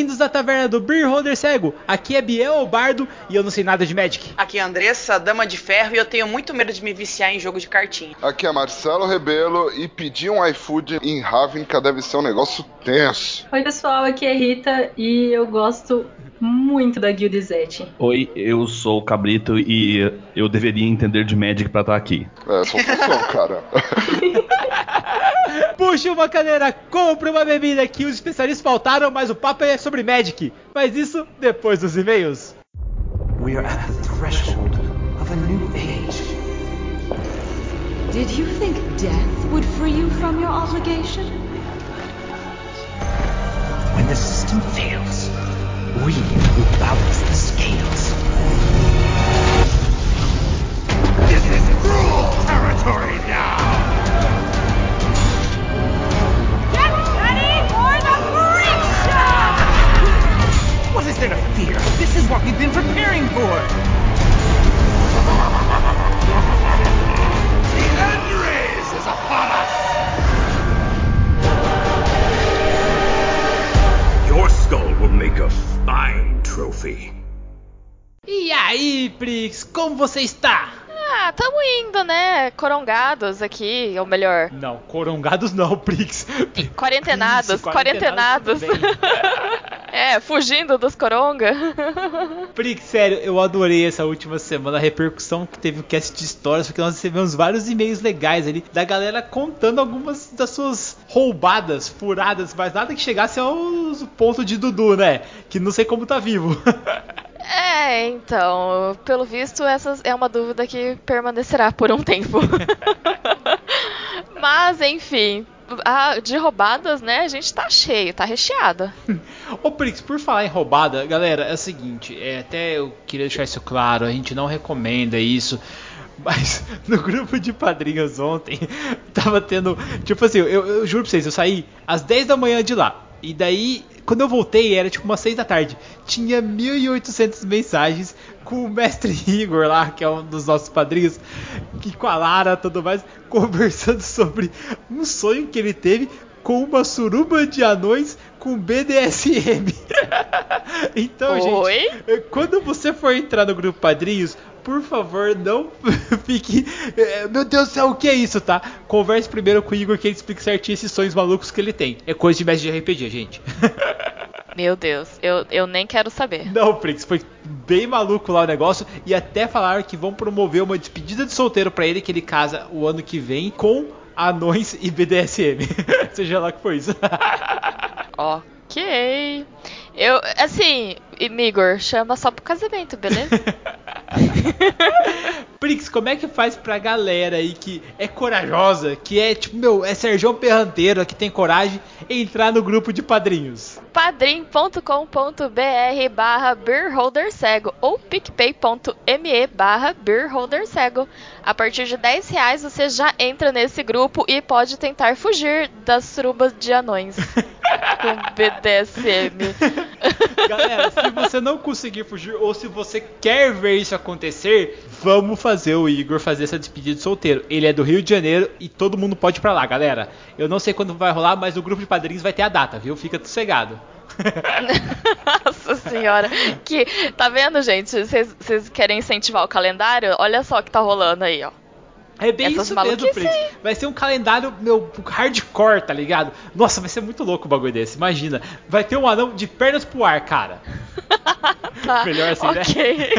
bem-vindos à taverna do Beer Holder Cego. Aqui é Biel, o bardo, e eu não sei nada de Magic. Aqui é a Andressa, dama de ferro, e eu tenho muito medo de me viciar em jogo de cartinha. Aqui é Marcelo Rebelo, e pedir um iFood em Ravnica deve ser um negócio tenso. Oi pessoal, aqui é Rita, e eu gosto muito da Guildizete. Oi, eu sou o Cabrito e eu deveria entender de Magic pra estar aqui. É, sua função, cara. Puxa uma cadeira, compre uma bebida que os especialistas faltaram, mas o papo é sobre Magic. Mas isso depois dos e-mails. We are at the threshold of a new age. Did you think death would free you from your obligation? When the system fails, we will balance the scales. This is cruel territory now! Get ready for the freak show! What is there to fear? This is what we've been preparing for! The End-Race is upon us! Your skull will make a fine trophy. E aí, Prix, como você está? Ah, tamo indo, né? Corongados aqui, ou melhor... Não, corongados não, Prix. Quarentenados, Isso, quarentenados. É, fugindo dos coronga. Prix, sério, eu adorei essa última semana, a repercussão que teve o cast de histórias, porque nós recebemos vários e-mails legais ali, da galera contando algumas das suas roubadas, furadas, mas nada que chegasse ao ponto de Dudu, né? Que não sei como tá vivo. É, então, pelo visto, essa é uma dúvida que permanecerá por um tempo. Mas, enfim, de roubadas, né, a gente tá cheio, tá recheado. Ô Prix, por falar em roubada, galera, é o seguinte, até eu queria deixar isso claro, a gente não recomenda isso. Mas no grupo de padrinhos ontem, tava tendo, tipo assim, eu juro pra vocês, eu saí às 10 da manhã de lá. E daí, quando eu voltei, era tipo umas 6 da tarde. Tinha 1.800 mensagens com o mestre Igor lá, que é um dos nossos padrinhos, e com a Lara e tudo mais, conversando sobre um sonho que ele teve com uma suruba de anões com BDSM. Então, Oi? gente, quando você for entrar no grupo padrinhos, por favor, não fique... Meu Deus do céu, o que é isso, tá? Converse primeiro com o Igor, que ele explica certinho esses sonhos malucos que ele tem. É coisa de mestre de RPG, gente. Meu Deus, eu nem quero saber. Não, Prix, foi bem maluco lá o negócio. E até falaram que vão promover uma despedida de solteiro pra ele, que ele casa o ano que vem com anões e BDSM. Seja lá que foi isso. Ok. Eu, assim, Igor, chama só pro casamento, beleza? Prix, como é que faz pra galera aí que é corajosa, que é tipo, é Sergião Perranteiro, que tem coragem, entrar no grupo de padrinhos? padrim.com.br/beerholdercego ou picpay.me/beerholdercego. A partir de R$10 você já entra nesse grupo e pode tentar fugir das surubas de anões com BDSM. Galera, se você não conseguir fugir ou se você quer ver isso acontecer, vamos fazer o Igor fazer essa despedida de solteiro. Ele é do Rio de Janeiro e todo mundo pode ir pra lá, galera. Eu não sei quando vai rolar, mas no grupo de padrinhos vai ter a data, viu? Fica sossegado. Nossa senhora. Tá vendo, gente? Vocês querem incentivar o calendário? Olha só o que tá rolando aí, ó. É bem essas isso mesmo, Prix. aí. Vai ser um calendário, hardcore, tá ligado? Nossa, vai ser muito louco o bagulho desse, imagina. Vai ter um anão de pernas pro ar, cara. Tá, melhor assim, né? Ok.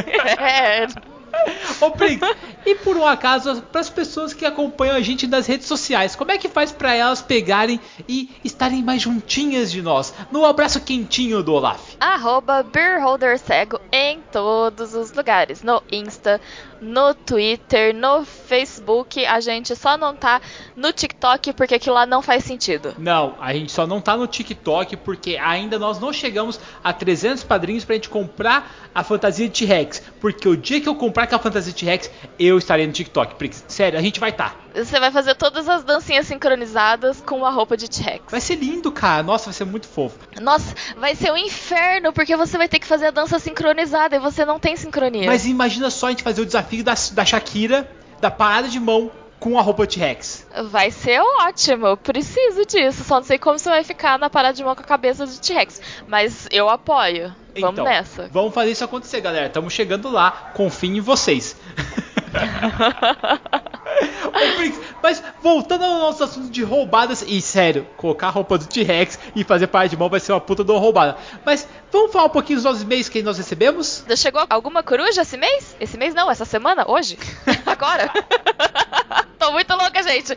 Ô Prix, e por um acaso, para as pessoas que acompanham a gente nas redes sociais, como é que faz para elas pegarem e estarem mais juntinhas de nós, no abraço quentinho do Olaf? @beerholdercego em todos os lugares, no Insta, no Twitter, no Facebook. A gente só não tá no TikTok porque aquilo lá não faz sentido. Não, a gente só não tá no TikTok porque ainda nós não chegamos a 300 padrinhos pra gente comprar a fantasia de T-Rex. Porque o dia que eu comprar aquela fantasia de T-Rex, eu estarei no TikTok, Prix. Sério, a gente vai estar. Você vai fazer todas as dancinhas sincronizadas com a roupa de T-Rex. Vai ser lindo, cara. Nossa, vai ser muito fofo. Nossa, vai ser um inferno, porque você vai ter que fazer a dança sincronizada e você não tem sincronia. Mas imagina só a gente fazer o desafio da Shakira, da parada de mão com a roupa T-Rex. Vai ser ótimo, eu preciso disso. Só não sei como você vai ficar na parada de mão com a cabeça de T-Rex. Mas eu apoio. Vamos Então, nessa. Vamos fazer isso acontecer, galera. Estamos chegando lá. Confio em vocês. Ô, Brix, mas voltando ao nosso assunto de roubadas, e sério, colocar a roupa do T-Rex e fazer parada de mão vai ser uma puta de uma roubada. Mas vamos falar um pouquinho dos nossos e-mails que nós recebemos? Chegou alguma coruja esse mês? Esse mês não, essa semana? Hoje? Agora? Tô muito louca, gente.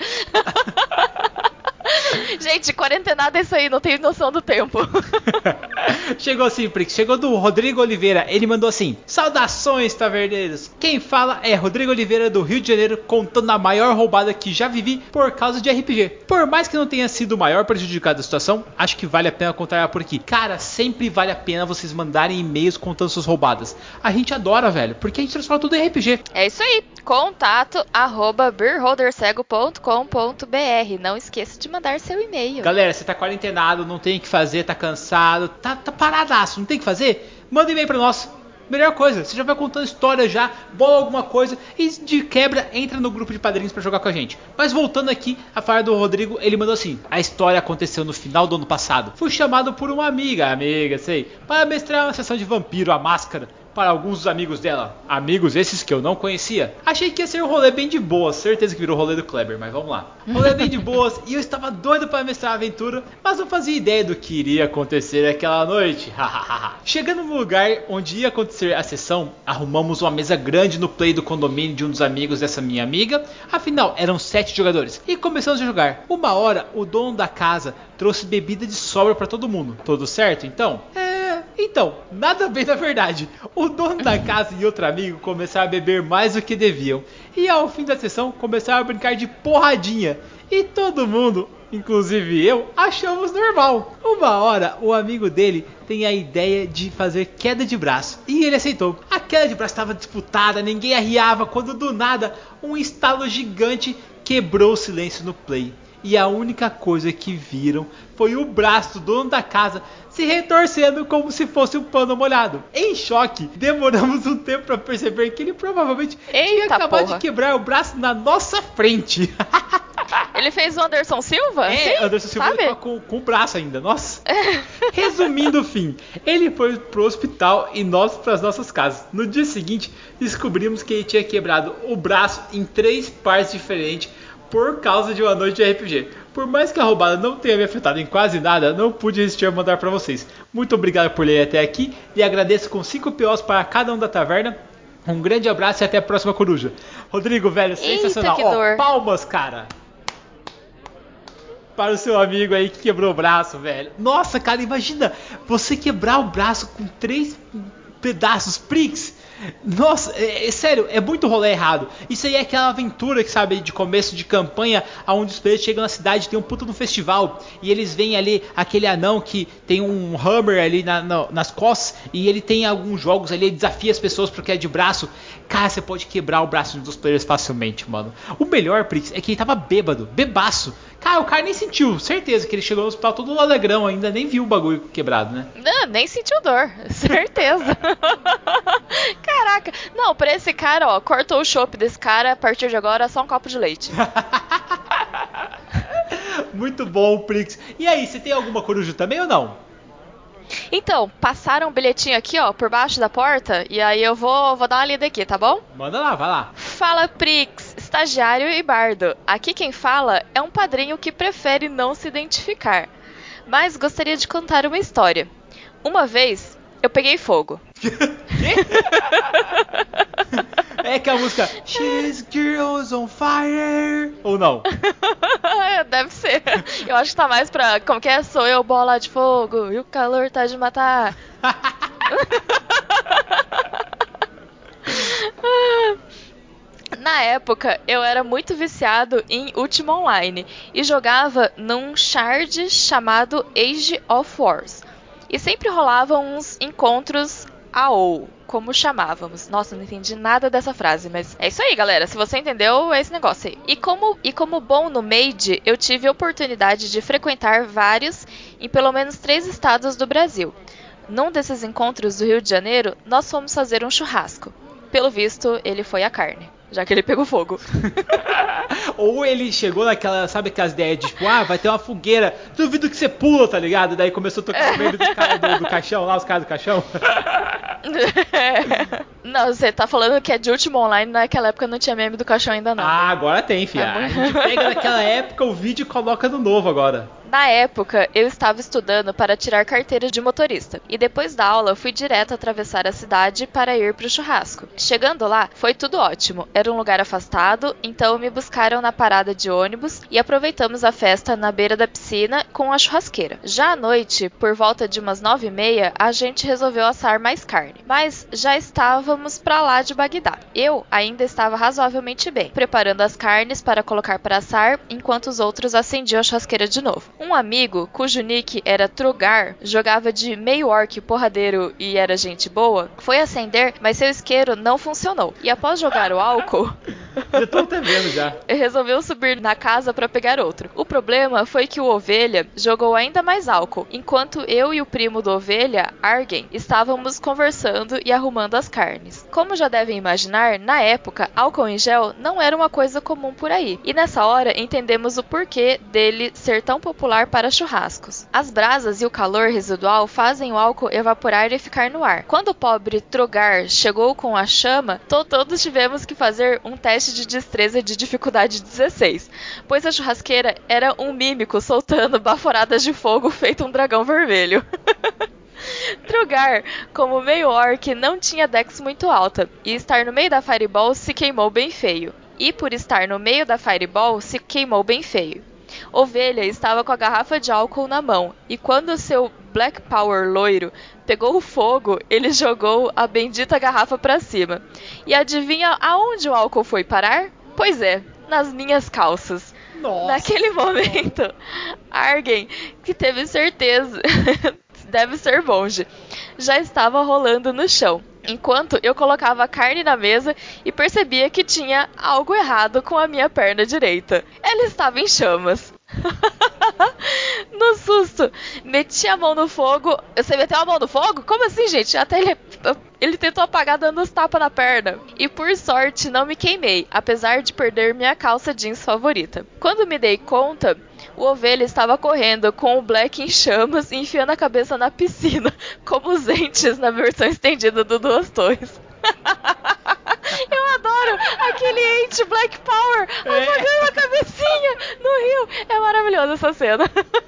Gente, quarentenada é isso aí, não tenho noção do tempo. Chegou assim, Prix, chegou do Rodrigo Oliveira. Ele mandou assim: saudações, taverneiros. Quem fala é Rodrigo Oliveira do Rio de Janeiro, contando a maior roubada que já vivi por causa de RPG. Por mais que não tenha sido o maior prejudicado da situação, acho que vale a pena contar ela por aqui. Cara, sempre vale a pena vocês mandarem e-mails contando suas roubadas. A gente adora, velho, porque a gente transforma tudo em RPG. É isso aí, contato@beerholdercego.com.br. Não esqueça de mandar seu e-mail. Galera, você tá quarentenado, não tem o que fazer, tá cansado, tá paradaço, não tem o que fazer? Manda e-mail pra nós. Melhor coisa, você já vai contando história já, bola alguma coisa e de quebra entra no grupo de padrinhos pra jogar com a gente. Mas voltando aqui a falar do Rodrigo, ele mandou assim: a história aconteceu no final do ano passado. Fui chamado por uma amiga, sei, para mestrar uma sessão de Vampiro, a Máscara, para alguns dos amigos dela. Amigos esses que eu não conhecia. Achei que ia ser um rolê bem de boas. Certeza que virou o rolê do Kleber, mas vamos lá. Rolê bem de boas e eu estava doido para mestrar a aventura, mas não fazia ideia do que iria acontecer aquela noite. Chegando no lugar onde ia acontecer a sessão, arrumamos uma mesa grande no play do condomínio de um dos amigos dessa minha amiga. Afinal, eram 7 jogadores. E começamos a jogar. Uma hora, o dono da casa trouxe bebida de sobra para todo mundo. Tudo certo, então? Então, nada bem na verdade. O dono da casa e outro amigo começaram a beber mais do que deviam. E ao fim da sessão começaram a brincar de porradinha. E todo mundo, inclusive eu, achamos normal. Uma hora o amigo dele tem a ideia de fazer queda de braço. E ele aceitou. A queda de braço estava disputada, ninguém arriava, quando do nada um estalo gigante quebrou o silêncio no play. E a única coisa que viram foi o braço do dono da casa se retorcendo como se fosse um pano molhado. Em choque, demoramos um tempo para perceber que ele provavelmente tinha acabado de quebrar o braço na nossa frente. Ele fez o Anderson Silva? É, sim? Anderson Silva com o braço ainda, nossa. Resumindo o fim, ele foi pro hospital e nós para as nossas casas. No dia seguinte, descobrimos que ele tinha quebrado o braço em 3 partes diferentes por causa de uma noite de RPG. Por mais que a roubada não tenha me afetado em quase nada, não pude resistir a mandar para vocês. Muito obrigado por ler até aqui e agradeço com 5 POs para cada um da taverna. Um grande abraço e até a próxima, coruja. Rodrigo, velho, sensacional. Ó, palmas, cara. Para o seu amigo aí que quebrou o braço, velho. Nossa, cara, imagina você quebrar o braço com 3 pedaços, Prix. Nossa, sério, é muito rolê errado. Isso aí é aquela aventura que, sabe, de começo de campanha, onde os players chegam na cidade, tem um puta no festival, e eles veem ali aquele anão que tem um hammer ali nas costas, e ele tem alguns jogos ali, ele desafia as pessoas porque é de braço. Cara, você pode quebrar o braço dos players facilmente, mano. O melhor, Prix, é que ele tava bêbado, bebaço. Cara, o cara nem sentiu, certeza que ele chegou no hospital todo alegrão ainda, nem viu o bagulho quebrado, né? Não, nem sentiu dor, certeza. Caraca, não, pra esse cara, ó, cortou o chopp desse cara, a partir de agora só um copo de leite. Muito bom, Prix. E aí, você tem alguma coruja também ou não? Então, passaram um bilhetinho aqui, ó, por baixo da porta, e aí eu vou dar uma lida aqui, tá bom? Manda lá, vai lá. Fala, Prix, estagiário e bardo. Aqui quem fala é um padrinho que prefere não se identificar, mas gostaria de contar uma história. Uma vez, eu peguei fogo. É que a música She's Girls on Fire. Ou não? Deve ser. Eu acho que tá mais pra... Como que é? Sou eu, bola de fogo, e o calor tá de matar. Na época, eu era muito viciado em Ultima Online e jogava num shard chamado Age of Wars. E sempre rolavam uns encontros AO, como chamávamos. Nossa, não entendi nada dessa frase, mas é isso aí, galera. Se você entendeu, é esse negócio aí. E como bom no Mage, eu tive a oportunidade de frequentar vários em pelo menos 3 estados do Brasil. Num desses encontros do Rio de Janeiro, nós fomos fazer um churrasco. Pelo visto, ele foi a carne. já que ele pegou fogo. Ou ele chegou naquela, sabe aquelas ideias de tipo, vai ter uma fogueira, duvido que você pula, tá ligado? Daí começou a tocar no meio do caixão, lá os caras do caixão. Não, você tá falando que é de último online, naquela época não tinha meme do caixão ainda não. Agora tem, fia. A gente pega naquela época o vídeo e coloca no novo agora. Na época, eu estava estudando para tirar carteira de motorista. E depois da aula, fui direto atravessar a cidade para ir pro churrasco. Chegando lá, foi tudo ótimo. Era um lugar afastado, então me buscaram na parada de ônibus e aproveitamos a festa na beira da piscina com a churrasqueira. Já à noite, por volta de umas 9h30, a gente resolveu assar mais carne. Mas já estávamos pra lá de Bagdá. Eu ainda estava razoavelmente bem, preparando as carnes para colocar para assar, enquanto os outros acendiam a churrasqueira de novo. Um amigo, cujo nick era Trugar, jogava de meio orc porradeiro e era gente boa, foi acender, mas seu isqueiro não funcionou. E após jogar o álcool... Eu tô até vendo já. Resolveu subir na casa para pegar outro. O problema foi que o Ovelha jogou ainda mais álcool, enquanto eu e o primo do Ovelha, Argen, estávamos conversando e arrumando as carnes. Como já devem imaginar, na época, álcool em gel não era uma coisa comum por aí. E nessa hora entendemos o porquê dele ser tão popular para churrascos. As brasas e o calor residual fazem o álcool evaporar e ficar no ar. Quando o pobre Trogar chegou com a chama, todos tivemos que fazer um teste de destreza de dificuldade 16, pois a churrasqueira era um mímico soltando baforadas de fogo feito um dragão vermelho. Trogar, como meio orc, não tinha dex muito alta, e estar no meio da Fireball se queimou bem feio. Ovelha estava com a garrafa de álcool na mão, e quando seu Black Power loiro pegou o fogo, ele jogou a bendita garrafa pra cima. E adivinha aonde o álcool foi parar? Pois é, nas minhas calças. Nossa. Naquele momento, Argen, que teve certeza, deve ser monge, já estava rolando no chão, enquanto eu colocava a carne na mesa e percebia que tinha algo errado com a minha perna direita. Ela estava em chamas. No susto, meti a mão no fogo. Você meteu a mão no fogo? Como assim, gente? Até ele tentou apagar dando uns tapas na perna. E por sorte não me queimei, apesar de perder minha calça jeans favorita. Quando me dei conta, o Ovelha estava correndo com o Black em chamas e enfiando a cabeça na piscina, como os entes na versão estendida do Duas Torres. Eu adoro aquele ente Black Power apagando a cabecinha no rio. É maravilhosa essa cena.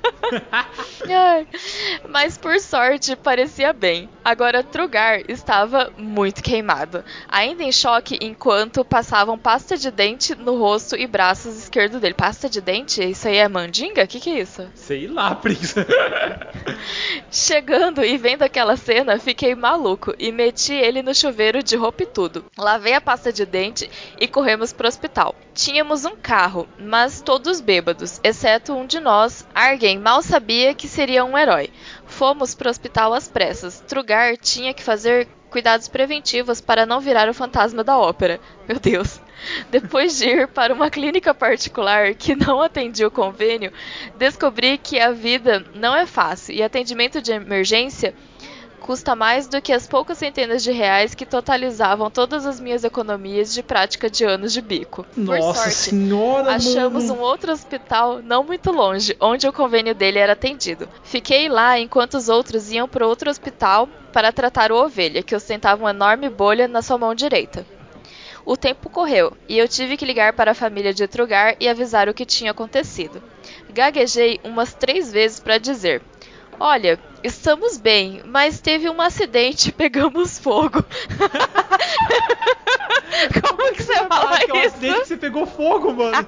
Mas por sorte parecia bem. Agora Trugar estava muito queimado, ainda em choque enquanto passavam pasta de dente no rosto e braços esquerdo dele. Pasta de dente? Isso aí é mandinga? O que é isso? Sei lá, Prince. Chegando e vendo aquela cena, fiquei maluco e meti ele no chuveiro de roupa e tudo. Lavei a pasta de dente e corremos pro hospital. Tínhamos um carro, mas todos bêbados, exceto um de nós. Argen mal sabia que seria um herói. Fomos pro hospital às pressas. Trugar tinha que fazer cuidados preventivos para não virar o fantasma da ópera. Meu Deus. Depois de ir para uma clínica particular que não atendia o convênio, descobri que a vida não é fácil e atendimento de emergência custa mais do que as poucas centenas de reais que totalizavam todas as minhas economias de prática de anos de bico. Nossa Por sorte, senhora, achamos um outro hospital não muito longe, onde o convênio dele era atendido. Fiquei lá enquanto os outros iam para outro hospital para tratar o Ovelha, que ostentava uma enorme bolha na sua mão direita. O tempo correu, e eu tive que ligar para a família de Trugar e avisar o que tinha acontecido. Gaguejei umas 3 vezes para dizer: olha, estamos bem, mas teve um acidente e pegamos fogo. Como que você fala que é um isso? acidente que você pegou fogo, mano.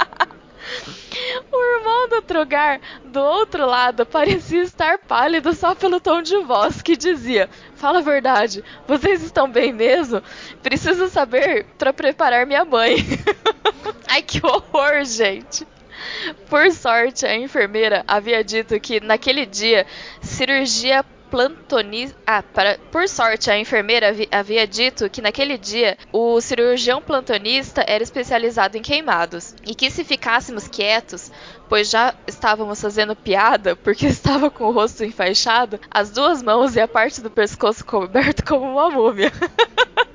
O irmão do Trugar, do outro lado, parecia estar pálido só pelo tom de voz que dizia: fala a verdade, vocês estão bem mesmo? Preciso saber para preparar minha mãe. Ai, que horror, gente. Por sorte, a enfermeira havia dito que naquele dia cirurgia plantonista. Por sorte, a enfermeira havia dito que naquele dia o cirurgião plantonista era especializado em queimados e que se ficássemos quietos, pois já estávamos fazendo piada porque estava com o rosto enfaixado, as 2 mãos e a parte do pescoço coberto como uma múmia.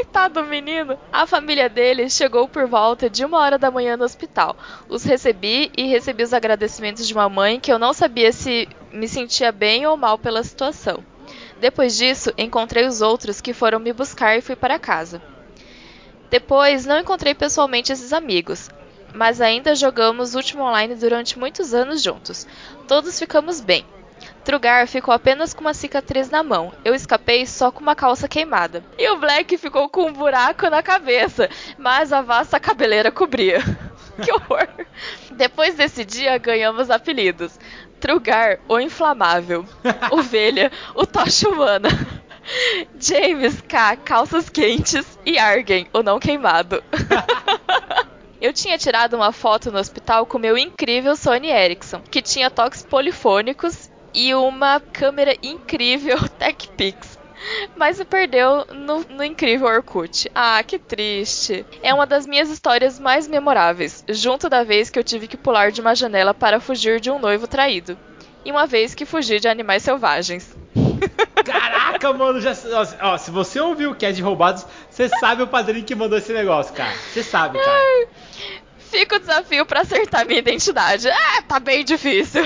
Coitado do menino. A família dele chegou por volta de 1h da manhã no hospital. Os recebi os agradecimentos de uma mãe que eu não sabia se me sentia bem ou mal pela situação. Depois disso, encontrei os outros que foram me buscar e fui para casa. Depois, não encontrei pessoalmente esses amigos, mas ainda jogamos Ultima Online durante muitos anos juntos. Todos ficamos bem. Trugar ficou apenas com uma cicatriz na mão. Eu escapei só com uma calça queimada. E o Black ficou com um buraco na cabeça, mas a vasta cabeleira cobria. Que horror! Depois desse dia, ganhamos apelidos. Trugar, o inflamável. Ovelha, o tocha humana. James K, calças quentes. E Argen, o não queimado. Eu tinha tirado uma foto no hospital com meu incrível Sony Ericsson, que tinha toques polifônicos e uma câmera incrível TechPix. Mas se perdeu no incrível Orkut. Ah, que triste. É uma das minhas histórias mais memoráveis, junto da vez que eu tive que pular de uma janela para fugir de um noivo traído. E uma vez que fugi de animais selvagens. Caraca, mano, ó, se você ouviu o Cast de Roubados, você sabe o padrinho que mandou esse negócio, cara. Você sabe, cara. Fica o desafio pra acertar minha identidade. Tá bem difícil.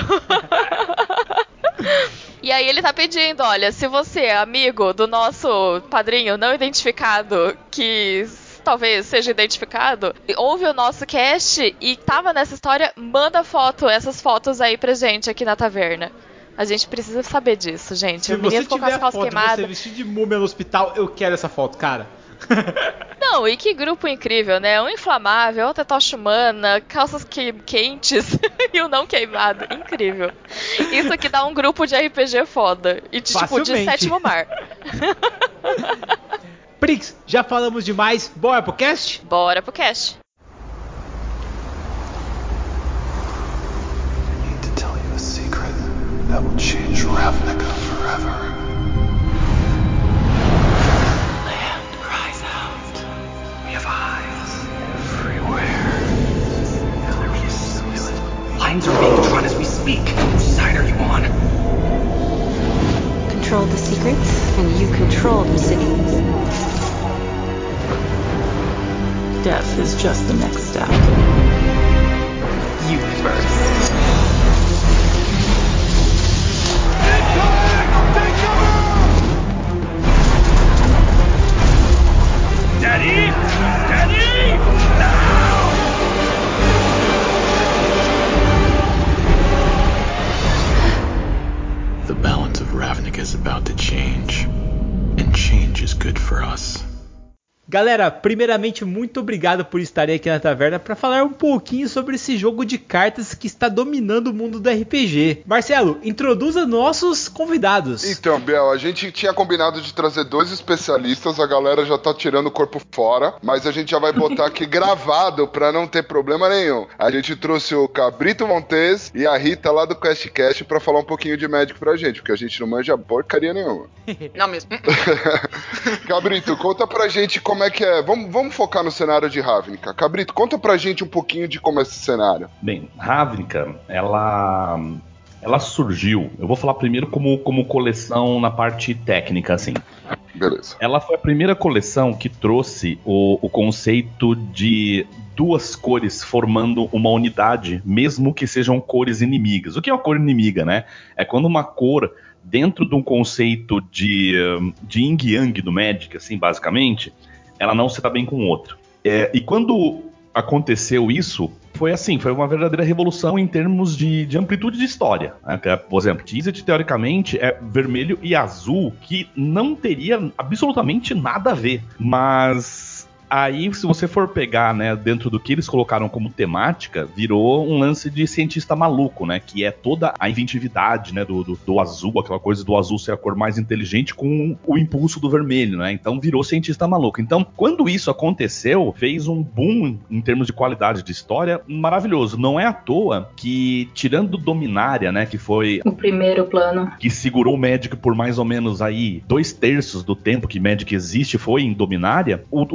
E aí ele tá pedindo, olha, se você é amigo do nosso padrinho não identificado, que talvez seja identificado, ouve o nosso cast e tava nessa história, manda essas fotos aí pra gente aqui na taverna. A gente precisa saber disso, gente. Se o menino você ficou com as tiver calças foto de queimadas. você vestido de múmia no hospital, eu quero essa foto, cara. Não, e que grupo incrível, né? Um inflamável, outra tocha humana, calças quentes e o não queimado. Incrível. Isso aqui dá um grupo de RPG foda. E tipo, de sétimo mar. Prix, já falamos demais. Bora pro cast? Bora pro cast. I need to tell you a secret that will change Ravnica forever. Lines are being drawn as we speak. Whose side are you on? Control the secrets, and you control the city. Death is just the next step. You first. Daddy! Daddy! No! The balance of Ravnica is about to change, and change is good for us. Galera, primeiramente, muito obrigado por estarem aqui na taverna para falar um pouquinho sobre esse jogo de cartas que está dominando o mundo do RPG. Marcelo, introduza nossos convidados. Então, Biel, a gente tinha combinado de trazer 2 especialistas, a galera já tá tirando o corpo fora, mas a gente já vai botar aqui gravado para não ter problema nenhum. A gente trouxe o Cabrito Montes e a Rita lá do QuestCast para falar um pouquinho de Magic pra gente, porque a gente não manja porcaria nenhuma. Não mesmo. Cabrito, conta pra gente como é que é. Vamos focar no cenário de Ravnica. Cabrito, conta pra gente um pouquinho de como é esse cenário. Bem, Ravnica, ela surgiu, eu vou falar primeiro como coleção na parte técnica, assim. Beleza. Ela foi a primeira coleção que trouxe o conceito de 2 cores formando uma unidade, mesmo que sejam cores inimigas. O que é uma cor inimiga, né? É quando uma cor, dentro de um conceito de yin e yang do Magic, assim, basicamente, ela não se dá bem com o outro. E quando aconteceu isso, foi uma verdadeira revolução em termos de amplitude de história. Né? Por exemplo, Izzet, teoricamente, é vermelho e azul, que não teria absolutamente nada a ver. Mas aí, se você for pegar, né, dentro do que eles colocaram como temática, virou um lance de cientista maluco, né, que é toda a inventividade, né, do azul, aquela coisa do azul ser a cor mais inteligente com o impulso do vermelho, né, então virou cientista maluco. Então, quando isso aconteceu, fez um boom em termos de qualidade de história maravilhoso. Não é à toa que, tirando Dominária, né, que foi o primeiro plano, que segurou o Magic por mais ou menos aí 2/3 do tempo que Magic existe foi em Dominária, o set que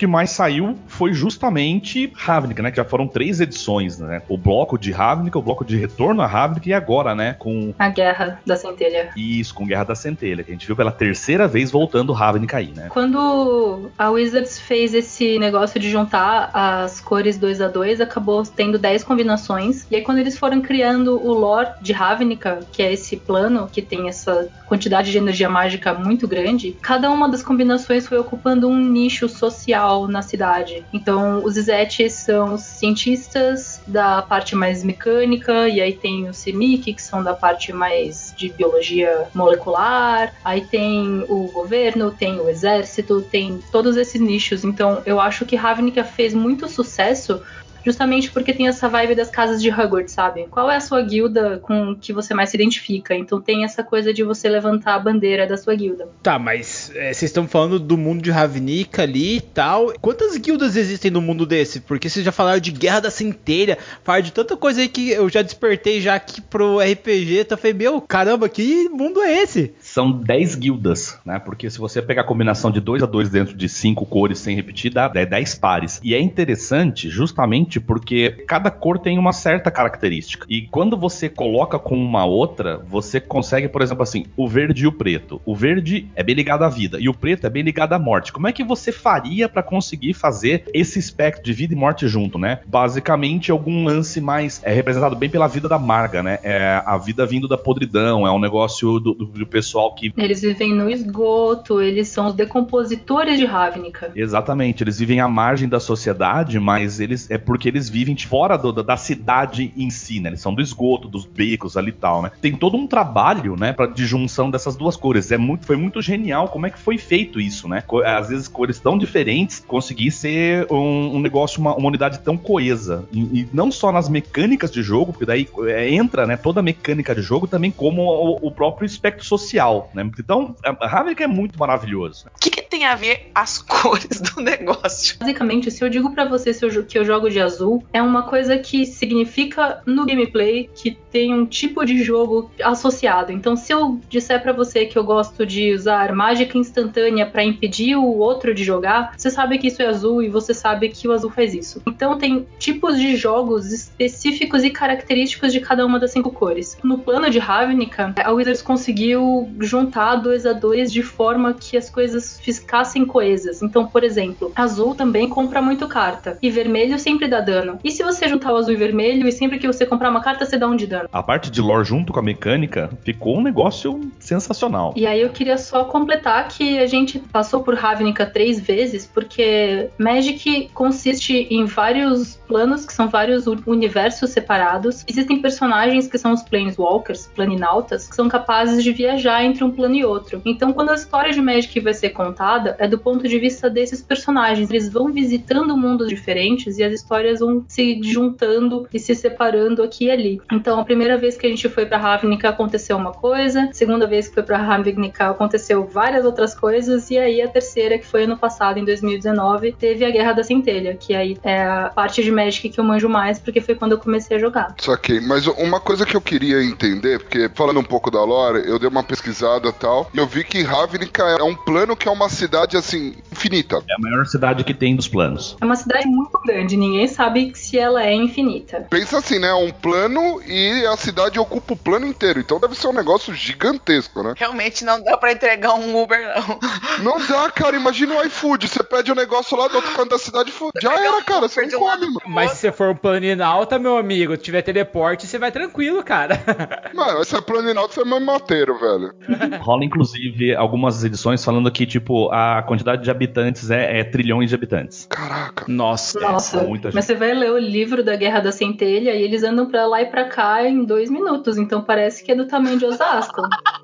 mais saiu foi justamente Ravnica, né? Que já foram 3 edições, né? O bloco de Ravnica, o bloco de Retorno a Ravnica e agora, né? Com A Guerra da Centelha. Isso, com Guerra da Centelha, que a gente viu pela 3ª vez voltando Ravnica aí, né? Quando a Wizards fez esse negócio de juntar as cores 2-2, acabou tendo 10 combinações. E aí quando eles foram criando o lore de Ravnica, que é esse plano que tem essa quantidade de energia mágica muito grande, cada uma das combinações foi ocupando um nicho social na cidade. Então os Izetes são os cientistas da parte mais mecânica, e aí tem os Simic, que são da parte mais de biologia molecular, aí tem o governo, tem o exército, tem todos esses nichos. Então eu acho que Ravnica fez muito sucesso justamente porque tem essa vibe das casas de Hogwarts, sabe? Qual é a sua guilda com que você mais se identifica? Então tem essa coisa de você levantar a bandeira da sua guilda. Tá, mas vocês estão falando do mundo de Ravnica ali e tal. Quantas guildas existem no mundo desse? Porque vocês já falaram de Guerra da Centelha, falaram de tanta coisa aí que eu já despertei já aqui pro RPG. Então eu falei, meu, caramba, que mundo é esse? São 10 guildas, né? Porque se você pegar a combinação de 2-2 dentro de 5 cores sem repetir, dá 10 pares. E é interessante justamente porque cada cor tem uma certa característica. E quando você coloca com uma outra, você consegue, por exemplo, assim, o verde e o preto. O verde é bem ligado à vida e o preto é bem ligado à morte. Como é que você faria para conseguir fazer esse espectro de vida e morte junto, né? Basicamente, algum lance mais representado bem pela vida da Marga, né? É a vida vindo da podridão, é um negócio do pessoal que... Eles vivem no esgoto, eles são os decompositores de Ravnica. Exatamente, eles vivem à margem da sociedade, mas eles porque eles vivem fora da cidade em si, né? Eles são do esgoto, dos becos ali e tal, né? Tem todo um trabalho, né, de junção dessas duas cores. Foi muito genial como é que foi feito isso, né? Às vezes cores tão diferentes, conseguir ser um negócio, uma unidade tão coesa. E não só nas mecânicas de jogo, porque daí entra, né, toda a mecânica de jogo também como o próprio espectro social, né? Então, a Ravnica é muito maravilhoso. O que tem a ver as cores do negócio? Basicamente, se eu digo pra você que eu jogo de azul, é uma coisa que significa no gameplay que tem um tipo de jogo associado. Então, se eu disser pra você que eu gosto de usar mágica instantânea pra impedir o outro de jogar, você sabe que isso é azul e você sabe que o azul faz isso. Então, tem tipos de jogos específicos e característicos de cada uma das 5 cores. No plano de Ravnica, a Wizards conseguiu juntar 2-2 de forma que as coisas ficassem coesas. Então, por exemplo, azul também compra muito carta e vermelho sempre dá dano. E se você juntar o azul e vermelho e sempre que você comprar uma carta, você dá um de dano? A parte de lore junto com a mecânica ficou um negócio sensacional. E aí eu queria só completar que a gente passou por Ravnica 3 vezes, porque Magic consiste em vários planos, que são vários universos separados. Existem personagens que são os Planeswalkers, planinautas, que são capazes de viajar entre um plano e outro. Então, quando a história de Magic vai ser contada, é do ponto de vista desses personagens. Eles vão visitando mundos diferentes e as histórias vão se juntando e se separando aqui e ali. Então, a primeira vez que a gente foi pra Ravnica aconteceu uma coisa, segunda vez que foi pra Ravnica aconteceu várias outras coisas, e aí a terceira, que foi ano passado, em 2019, teve a Guerra da Centelha, que aí é a parte de Magic que eu manjo mais, porque foi quando eu comecei a jogar. Saquei, mas uma coisa que eu queria entender, porque falando um pouco da lore, eu dei uma pesquisada e tal, e eu vi que Ravnica é um plano que é uma cidade, assim, infinita. É a maior cidade que tem dos planos. É uma cidade muito grande, ninguém sabe se ela é infinita. Pensa assim, né, um plano e a cidade ocupa o plano inteiro, então deve ser um negócio gigantesco, né? Realmente não dá pra entregar um Uber, não. Não dá, cara, imagina o iFood, você pede um negócio lá do outro canto da cidade, já era, cara, você não come, mano. Mas se você for um planinauta, meu amigo, tiver teleporte, você vai tranquilo, cara. Mano, esse é planinauta, você é mamoteiro, velho. Rola, inclusive, algumas edições falando que, tipo, a quantidade de habitantes é trilhões de habitantes. Caraca. Nossa. Muita gente. Mas você vai ler o livro da Guerra da Centelha e eles andam pra lá e pra cá em 2 minutos, então parece que é do tamanho de Osasco.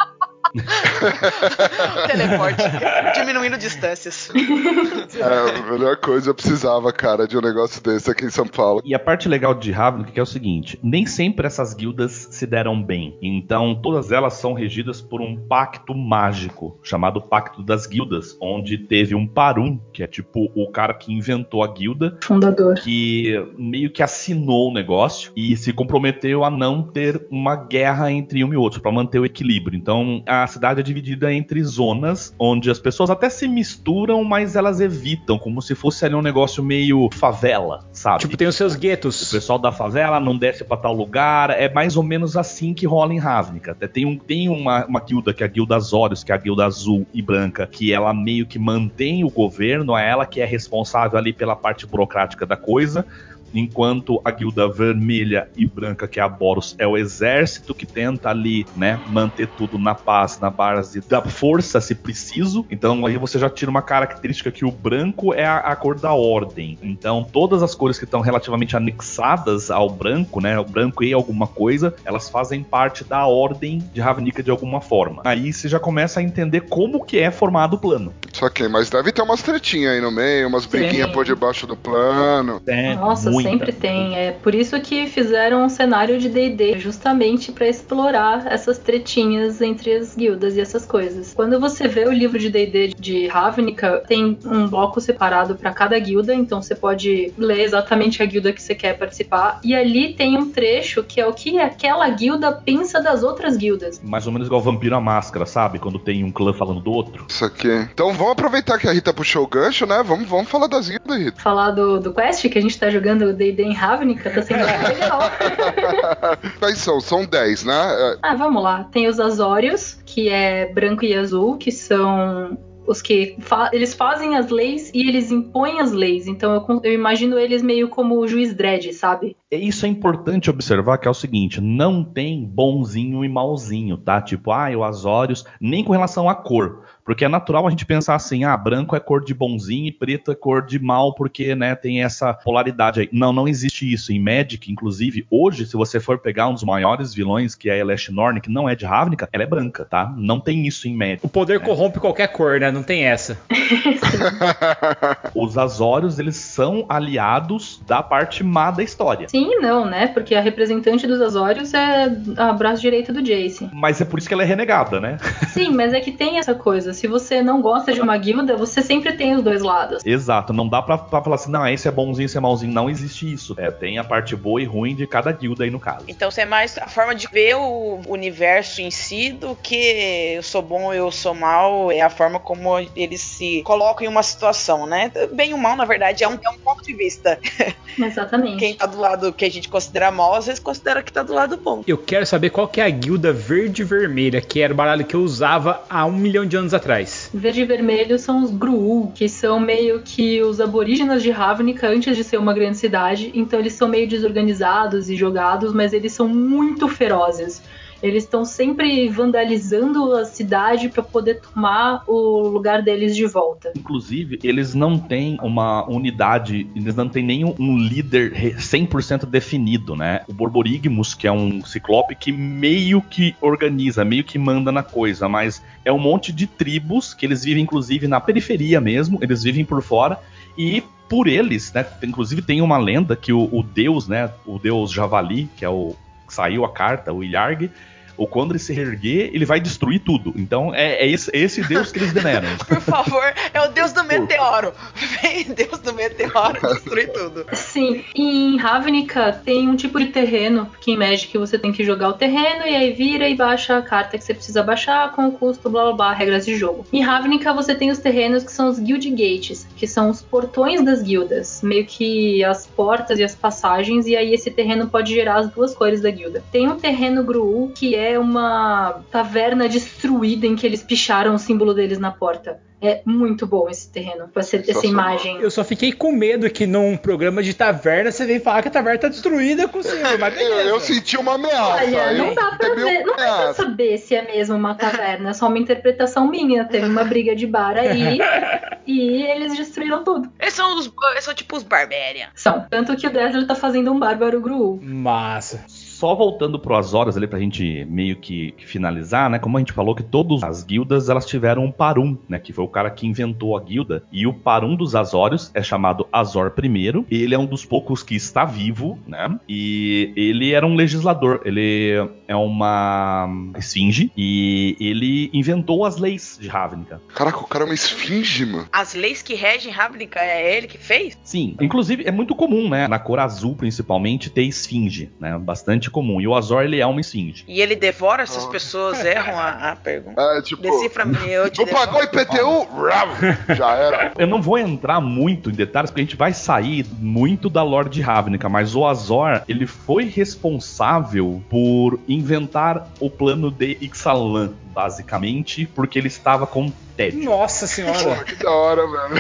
Teleporte, diminuindo distâncias. É, a melhor coisa eu precisava, cara, de um negócio desse aqui em São Paulo. E a parte legal de Ravnica que é o seguinte, nem sempre essas guildas se deram bem. Então, todas elas são regidas por um pacto mágico, chamado Pacto das Guildas, onde teve um Parum, que é tipo o cara que inventou a guilda, Fundador. que meio que assinou o negócio e se comprometeu a não ter uma guerra entre um e outro, para manter o equilíbrio. Então, a a cidade é dividida entre zonas onde as pessoas até se misturam, mas elas evitam, como se fosse ali um negócio meio favela, sabe? Tipo, tem os seus guetos. O pessoal da favela não desce pra tal lugar, é mais ou menos assim que rola em Ravnica. Até tem uma guilda, que é a Guilda Azorius, que é a guilda azul e branca, que ela meio que mantém o governo, é ela que é responsável ali pela parte burocrática da coisa, enquanto a guilda vermelha e branca, que é a Boros, é o exército que tenta ali, né, manter tudo na paz, na base da força, se preciso. Então aí você já tira uma característica que o branco é a cor da ordem. Então todas as cores que estão relativamente anexadas ao branco, né, o branco e alguma coisa, elas fazem parte da ordem de Ravnica de alguma forma. Aí você já começa a entender como que é formado o plano. Só que, mas deve ter umas tretinhas aí no meio, umas briguinhas por debaixo do plano. Nossa, sempre tem. É por isso que fizeram um cenário de D&D, justamente pra explorar essas tretinhas entre as guildas e essas coisas. Quando você vê o livro de D&D de Ravnica, tem um bloco separado pra cada guilda, então você pode ler exatamente a guilda que você quer participar, e ali tem um trecho que é o que aquela guilda pensa das outras guildas. Mais ou menos igual Vampiro à Máscara, sabe? Quando tem um clã falando do outro. Isso aqui. Então vamos aproveitar que a Rita puxou o gancho, né? Vamos falar das guildas, Rita. Falar do quest que a gente tá jogando D&D em Ravnica, tá sendo legal. Quais são? São 10, né? Vamos lá. Tem os Azorius, que é branco e azul, que são os que eles fazem as leis e eles impõem as leis. Então eu imagino eles meio como o juiz Dredd, sabe? Isso é importante observar, que é o seguinte, não tem bonzinho e malzinho, tá? Tipo, o Azorius, nem com relação à cor. Porque é natural a gente pensar assim, branco é cor de bonzinho e preto é cor de mal, porque, né, tem essa polaridade aí. Não existe isso. Em Magic, inclusive, hoje, se você for pegar um dos maiores vilões, que é a Elesh Norn, que não é de Ravnica, ela é branca, tá? Não tem isso em Magic. O poder corrompe qualquer cor, né? Não tem essa. Os Azorius, eles são aliados da parte má da história. Sim e não, né? Porque a representante dos Azorius é a braço direito do Jace. Mas é por isso que ela é renegada, né? Sim, mas é que tem essa coisa. Se você não gosta de uma guilda, você sempre tem os dois lados. Exato, não dá pra falar assim, não, esse é bonzinho, esse é malzinho. Não existe isso. Tem a parte boa e ruim de cada guilda aí no caso. Então você é mais a forma de ver o universo em si do que eu sou bom, eu sou mal. É a forma como eles se colocam em uma situação, né? Bem ou mal, na verdade, é um ponto de vista. Exatamente. Quem tá do lado que a gente considera mal, às vezes considera que tá do lado bom. Eu quero saber qual que é a guilda verde e vermelha, que era o baralho que eu usava há 1 milhão de anos atrás. Verde e vermelho são os Gruul, que são meio que os aborígenes de Ravnica antes de ser uma grande cidade. Então eles são meio desorganizados e jogados, mas eles são muito ferozes. Eles estão sempre vandalizando a cidade para poder tomar o lugar deles de volta. Inclusive, eles não têm uma unidade, eles não têm nenhum líder 100% definido, né? O Borborigmus, que é um ciclope que meio que organiza, meio que manda na coisa, mas é um monte de tribos que eles vivem, inclusive, na periferia mesmo, eles vivem por fora, e por eles, né? Inclusive tem uma lenda que o deus, né? O deus Javali, que é o que saiu a carta, o Ilarg, ou quando ele se reerguer, ele vai destruir tudo. Então é esse Deus que eles veneram. Por favor, é o Deus do meteoro. Vem, Deus do meteoro, destruir tudo. Sim, em Ravnica tem um tipo de terreno, que em Magic você tem que jogar o terreno e aí vira e baixa a carta que você precisa baixar com o custo, blá blá blá, regras de jogo. Em Ravnica você tem os terrenos que são os Guild Gates, que são os portões das guildas, meio que as portas e as passagens, e aí esse terreno pode gerar as duas cores da guilda. Tem um terreno Gruul, que é uma taverna destruída em que eles picharam o símbolo deles na porta. É muito bom esse terreno, pra ser essa imagem. Eu só fiquei com medo que num programa de taverna você vem falar que a taverna tá destruída com o símbolo, mas beleza. Eu senti uma ameaça. Olha, não dá pra ver, não dá pra saber se é mesmo uma taverna, é só uma interpretação minha. Teve uma briga de bar aí e eles destruíram tudo. Eles são tipo os Barbarian. São. Tanto que o Dresler tá fazendo um bárbaro Gruul. Massa. Só voltando pro Azorius ali pra gente meio que finalizar, né? Como a gente falou que todas as guildas, elas tiveram um Parum, né? Que foi o cara que inventou a guilda. E o Parum dos Azorius é chamado Azor I. Ele é um dos poucos que está vivo, né? E ele era um legislador. Ele é uma esfinge. E ele inventou as leis de Ravnica. Caraca, o cara é uma esfinge, mano. As leis que regem Ravnica é ele que fez? Sim. Inclusive, é muito comum, né? Na cor azul, principalmente, ter esfinge, né? Bastante bastante comum. E o Azor, ele é uma esfinge. E ele devora essas pessoas, erram a pergunta. Tipo, Decifra-me, eu te não pagou IPTU? Já era. Eu não vou entrar muito em detalhes, porque a gente vai sair muito da lore de Ravnica, mas o Azor, ele foi responsável por inventar o plano de Ixalan, basicamente, porque ele estava com tédio. Nossa senhora. Que da hora, velho.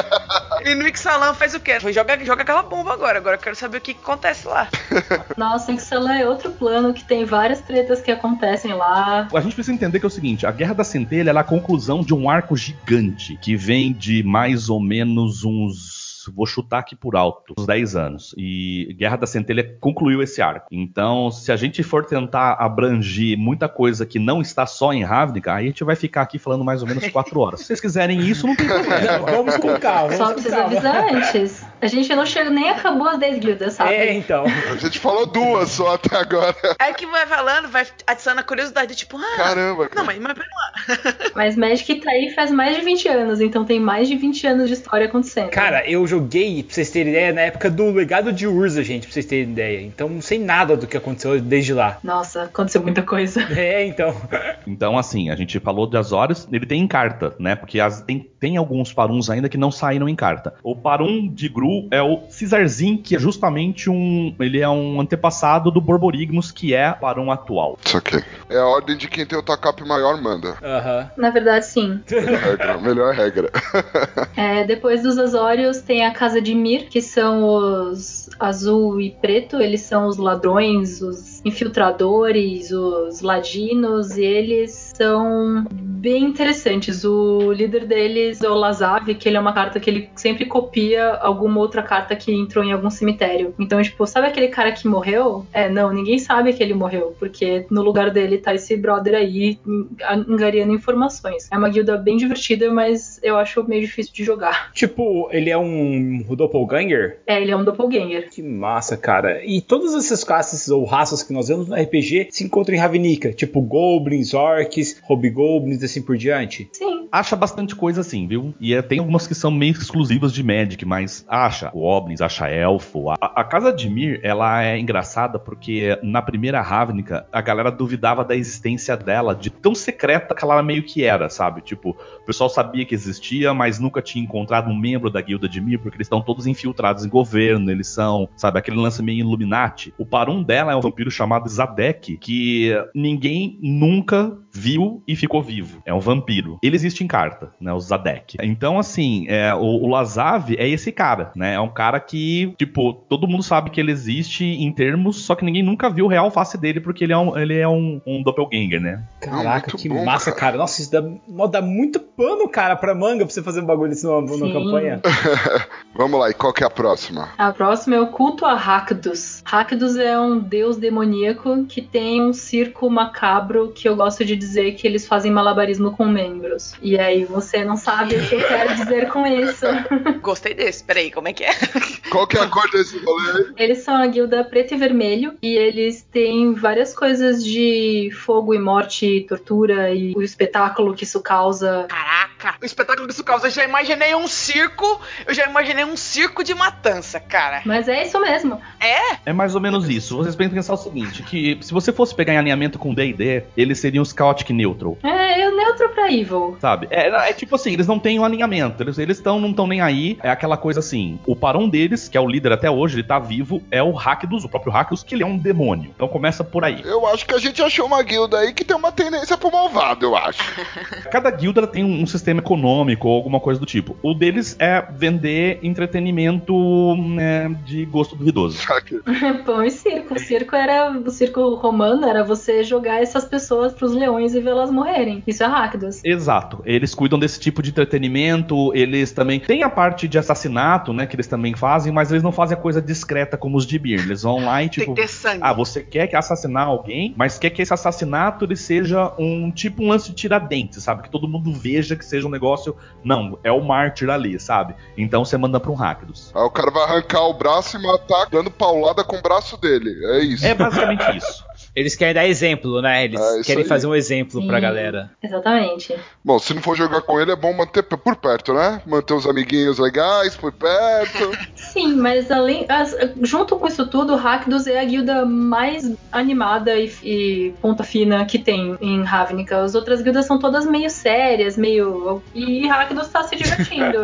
E no Ixalan faz o quê? Joga aquela bomba agora eu quero saber o que acontece lá. Nossa, Ixalan é outro plano que tem várias tretas que acontecem lá. A gente precisa entender que é o seguinte, a Guerra da Centelha ela é a conclusão de um arco gigante, que vem de mais ou menos vou chutar aqui por alto, uns 10 anos. E Guerra da Centelha concluiu esse arco. Então, se a gente for tentar abranger muita coisa que não está só em Ravnica, aí a gente vai ficar aqui falando mais ou menos 4 horas. Se vocês quiserem isso, não tem problema. Vamos com calma. Só precisa avisar antes. A gente não chega, nem acabou as 10 guildas, sabe? Então. A gente falou 2 só até agora. Aí que vai falando, vai adicionando a curiosidade, tipo, caramba, cara. Não, mas pera lá. Mas Magic tá aí faz mais de 20 anos, então tem mais de 20 anos de história acontecendo. Cara, eu joguei, pra vocês terem ideia, na época do Legado de Urza, gente, pra vocês terem ideia. Então não sei nada do que aconteceu desde lá. Nossa, aconteceu muita coisa. Então. Então, assim, a gente falou de Azorius, ele tem em carta, né? Porque tem alguns Paruns ainda que não saíram em carta. O Parun de Gru é o Caesarzin, que é justamente ele é um antepassado do Borborygmus, que é o Parun atual. Isso aqui. É a ordem de quem tem o TACAP maior manda. Na verdade, sim. Melhor regra. Depois dos Azorius tem a Casa de Mir, que são os azul e preto. Eles são os ladrões, os infiltradores, os ladinos, e eles são bem interessantes. O líder deles é o Lazav, que ele é uma carta que ele sempre copia alguma outra carta que entrou em algum cemitério. Então, tipo, sabe aquele cara que morreu? Não, ninguém sabe que ele morreu, porque no lugar dele tá esse brother aí angariando informações. É uma guilda bem divertida, mas eu acho meio difícil de jogar. Tipo, ele é um doppelganger? Ele é um doppelganger. Que massa, cara. E todas essas classes ou raças que nós vemos no RPG se encontram em Ravnica, tipo goblins, orcs, hobgoblins e assim por diante? Sim. Acha bastante coisa assim, viu? E tem algumas que são meio exclusivas de Magic, mas acha goblins, acha elfo. A Casa de Mir, ela é engraçada porque na primeira Ravnica, a galera duvidava da existência dela, de tão secreta que ela meio que era, sabe? Tipo, o pessoal sabia que existia, mas nunca tinha encontrado um membro da Guilda de Mir, porque eles estão todos infiltrados em governo, eles são, sabe, aquele lance meio Illuminati. O Parun dela é um vampiro chamado Zadek, que ninguém nunca viu e ficou vivo. É um vampiro. Ele existe em carta, né, o Zadek. Então, assim, o Lazav é esse cara, né? É um cara que, tipo, todo mundo sabe que ele existe em termos, só que ninguém nunca viu o real face dele, porque ele é um doppelganger, né? Caraca, que bom, massa, cara. Nossa, isso dá muito pano, cara, pra manga, pra você fazer um bagulho assim numa campanha. Vamos lá, e qual que é a próxima? A próxima é o culto a Rakdos. Rakdos é um deus demoníaco que tem um circo macabro que eu gosto de dizer que eles fazem malabarismo com membros. E aí você não sabe o que eu quero dizer com isso. Gostei desse, peraí, como é que é? Qual que é a cor desse rolê aí? Eles são a guilda preto e vermelho e eles têm várias coisas de fogo e morte e tortura e o espetáculo que isso causa. Caraca, o espetáculo que isso causa, eu já imaginei um circo de matança, cara. Mas é isso mesmo. É mais ou menos isso. Vocês pensam pensar o seguinte, que se você fosse pegar em alinhamento com D&D, eles seriam os Chaotic Neutral. Eu neutro pra Evil. Sabe? É tipo assim, eles não têm um alinhamento. Eles não estão nem aí. É aquela coisa assim, o Parun deles, que é o líder até hoje, ele tá vivo, é o Rakdos, o próprio Rakdos, que ele é um demônio. Então começa por aí. Eu acho que a gente achou uma guilda aí que tem uma tendência pro malvado, eu acho. Cada guilda tem um sistema econômico ou alguma coisa do tipo. O deles é vender entretenimento de gosto duvidoso. Pão e circo. O circo romano era você jogar essas pessoas pros leões e vê-las morrerem. Isso é Rakdos. Exato. Eles cuidam desse tipo de entretenimento, eles também têm a parte de assassinato, né, que eles também fazem, mas eles não fazem a coisa discreta como os de Mir. Eles vão lá e tipo, tem que ter sangue. Você quer assassinar alguém, mas quer que esse assassinato ele seja um lance de Tiradentes, sabe? Que todo mundo veja que seja um negócio, não, é o mártir ali, sabe? Então você manda pra um Rakdos. Aí o cara vai arrancar o braço e matar dando paulada com o braço dele, é isso. É basicamente isso. Eles querem dar exemplo, né? Eles querem fazer um exemplo pra galera. Exatamente. Bom, se não for jogar com ele, é bom manter por perto, né? Manter os amiguinhos legais por perto. Sim, mas junto com isso tudo, Rakdos é a guilda mais animada e ponta fina que tem em Ravnica. As outras guildas são todas meio sérias, e Rakdos tá se divertindo.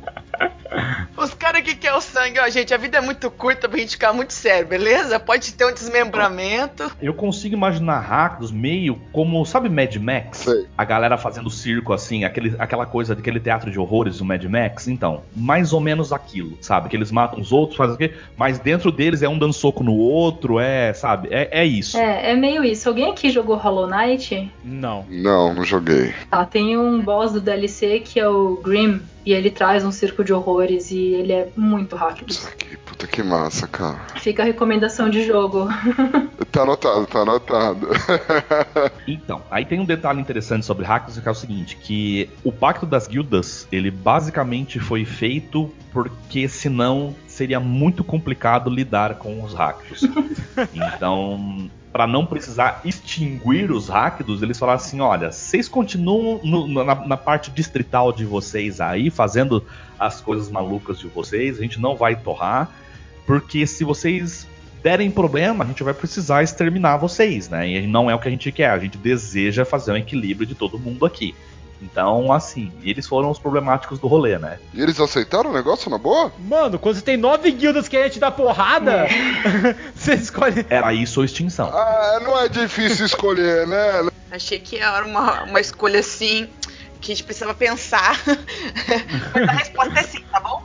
Os caras que querem o sangue, ó, gente, a vida é muito curta pra gente ficar muito sério, beleza? Pode ter um desmembramento. Eu consigo imaginar Rakdos meio como, sabe Mad Max? Sei. A galera fazendo circo assim, aquela coisa daquele teatro de horrores do Mad Max. Então, mais ou menos aquilo, sabe? Que eles matam os outros, fazem o quê? Mas dentro deles é um dando soco no outro, sabe? É isso. É meio isso. Alguém aqui jogou Hollow Knight? Não. Não joguei. Tem um boss do DLC que é o Grim. E ele traz um circo de horrores e ele é muito rápido. Puta que massa, cara. Fica a recomendação de jogo. Tá anotado. Então, aí tem um detalhe interessante sobre Rakdos, que é o seguinte, que o Pacto das Guildas, ele basicamente foi feito porque senão seria muito complicado lidar com os Rakdos. Então, para não precisar extinguir os Rakdos, eles falaram assim, olha, vocês continuam na parte distrital de vocês aí, fazendo as coisas malucas de vocês, a gente não vai torrar, porque se vocês derem problema, a gente vai precisar exterminar vocês, né? E não é o que a gente quer, a gente deseja fazer um equilíbrio de todo mundo aqui. Então, assim, eles foram os problemáticos do rolê, né? E eles aceitaram o negócio na boa? Mano, quando você tem 9 guildas querendo te dar porrada, você escolhe... Era isso ou extinção. Não é difícil escolher, né? Achei que era uma escolha assim, que a gente precisava pensar. Mas a resposta é sim, tá bom?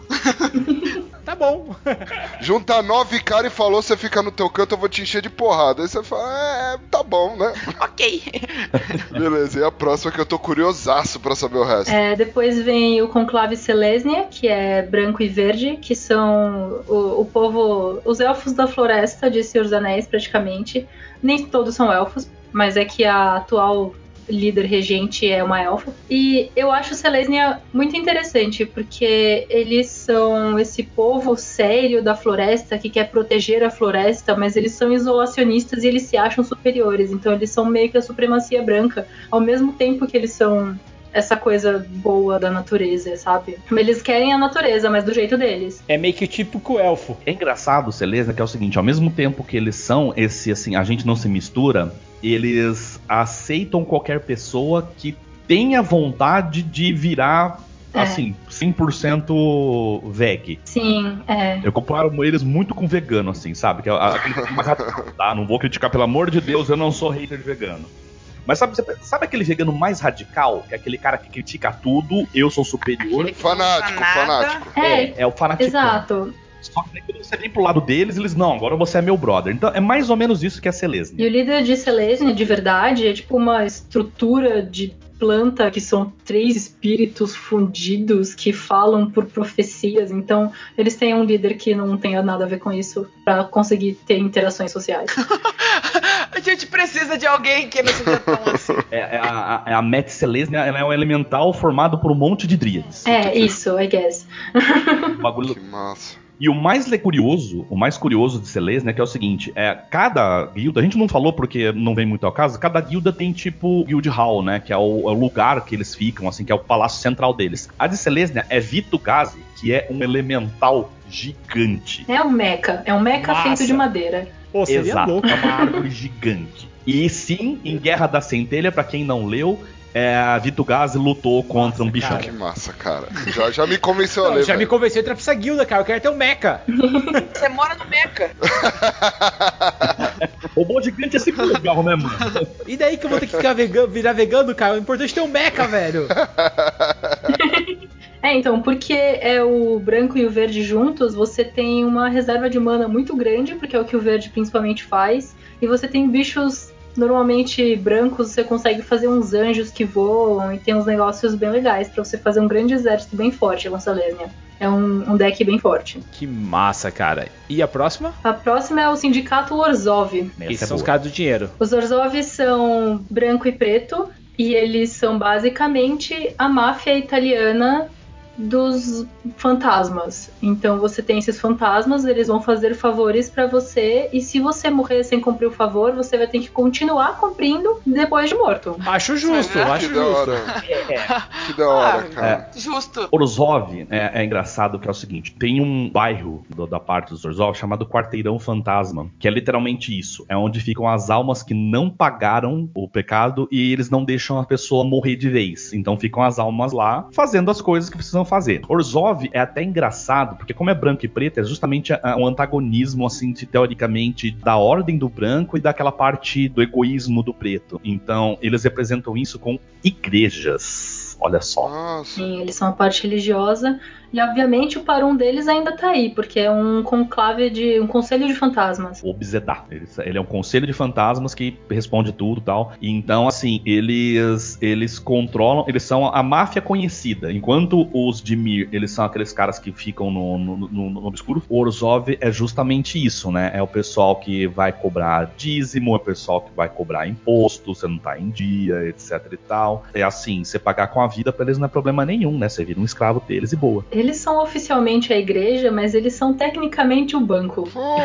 Tá bom. Junta 9 caras e falou, você fica no teu canto, eu vou te encher de porrada. Aí você fala, tá bom, né? Ok. Beleza, e a próxima que eu tô curiosaço pra saber o resto. Depois vem o Conclave Selesnya, que é branco e verde, que são o povo, os elfos da floresta de Senhor dos Anéis, praticamente. Nem todos são elfos, mas é que a atual líder regente é uma elfa. E eu acho Selesnya muito interessante, porque eles são esse povo sério da floresta, que quer proteger a floresta, mas eles são isolacionistas e eles se acham superiores. Então eles são meio que a supremacia branca, ao mesmo tempo que eles são essa coisa boa da natureza, sabe? Eles querem a natureza, mas do jeito deles. É meio que o típico elfo. É engraçado, Selesnya, que é o seguinte, ao mesmo tempo que eles são esse, assim, a gente não se mistura, eles aceitam qualquer pessoa que tenha vontade de virar, assim, 100% veg. Sim, Eu comparo eles muito com vegano, assim, sabe? Que é aquele mais radical, tá? Não vou criticar, pelo amor de Deus, eu não sou hater de vegano. Mas sabe aquele vegano mais radical? Que é aquele cara que critica tudo, eu sou superior. Fanático. É o fanático. Exato. Só que quando você vem pro lado deles, eles, não, agora você é meu brother. Então é mais ou menos isso que é Selesnya. E o líder de Selesnya, de verdade, é tipo uma estrutura de planta que são 3 espíritos fundidos que falam por profecias. Então eles têm um líder que não tem nada a ver com isso pra conseguir ter interações sociais. A gente precisa de alguém que não seja tão assim. A Met Selesnya, ela é um elemental formado por um monte de dríades. Isso, I guess. Bagulho... Que massa. E o mais curioso de Selesnya, que é o seguinte, cada guilda, a gente não falou porque não vem muito ao caso, cada guilda tem tipo Guild Hall, né, que é o lugar que eles ficam, assim, que é o palácio central deles. A de Selesnya é Vitu-Ghazi, que é um elemental gigante. É um mecha feito de madeira. Pô, seria exato, louco. é uma árvore gigante. E sim, em Guerra da Centelha, pra quem não leu, a Vitu-Ghazi lutou contra um bichão. Que massa, cara. Já me convenceu a ler. Já me convenceu a entrar pra essa guilda, cara. Eu quero ter um mecha. Você mora no mecha. Robô gigante é sempre legal, né, mano? E daí que eu vou ter que virar vegano, cara? O importante é ter um mecha, velho. Então, porque é o branco e o verde juntos, você tem uma reserva de mana muito grande, porque é o que o verde principalmente faz, e você tem bichos normalmente brancos, você consegue fazer uns anjos que voam e tem uns negócios bem legais pra você fazer um grande exército bem forte com Selesnya. É um deck bem forte. Que massa, cara. E a próxima? A próxima é o Sindicato Orzhov. Esses são os caras do dinheiro. Os Orzhov são branco e preto, e eles são basicamente a máfia italiana dos fantasmas. Então você tem esses fantasmas, eles vão fazer favores pra você, e se você morrer sem cumprir o favor, você vai ter que continuar cumprindo depois de morto. Acho justo, acho Que justo. da hora. Que da hora, cara. Justo. Orzhov é engraçado que é o seguinte, tem um bairro da parte dos Orzhov chamado Quarteirão Fantasma, que é literalmente isso, é onde ficam as almas que não pagaram o pecado e eles não deixam a pessoa morrer de vez, então ficam as almas lá fazendo as coisas que precisam fazer. Orzhov é até engraçado, porque como é branco e preto, é justamente um antagonismo, assim, teoricamente, da ordem do branco e daquela parte do egoísmo do preto. Então, eles representam isso com igrejas. Olha só. Nossa. Sim, eles são a parte religiosa. E obviamente o Parum deles ainda tá aí, porque é um conclave um conselho de fantasmas. O Obzedá. Ele é um conselho de fantasmas que responde tudo e tal. E então, assim, eles controlam, eles são a máfia conhecida. Enquanto os Dimir, eles são aqueles caras que ficam no obscuro, o Orzhov é justamente isso, né? É o pessoal que vai cobrar dízimo, é o pessoal que vai cobrar imposto, você não tá em dia, etc e tal. É assim, você pagar com a vida pra eles não é problema nenhum, né? Você vira um escravo deles e boa. Eles são oficialmente a igreja, mas eles são tecnicamente o banco. Pô,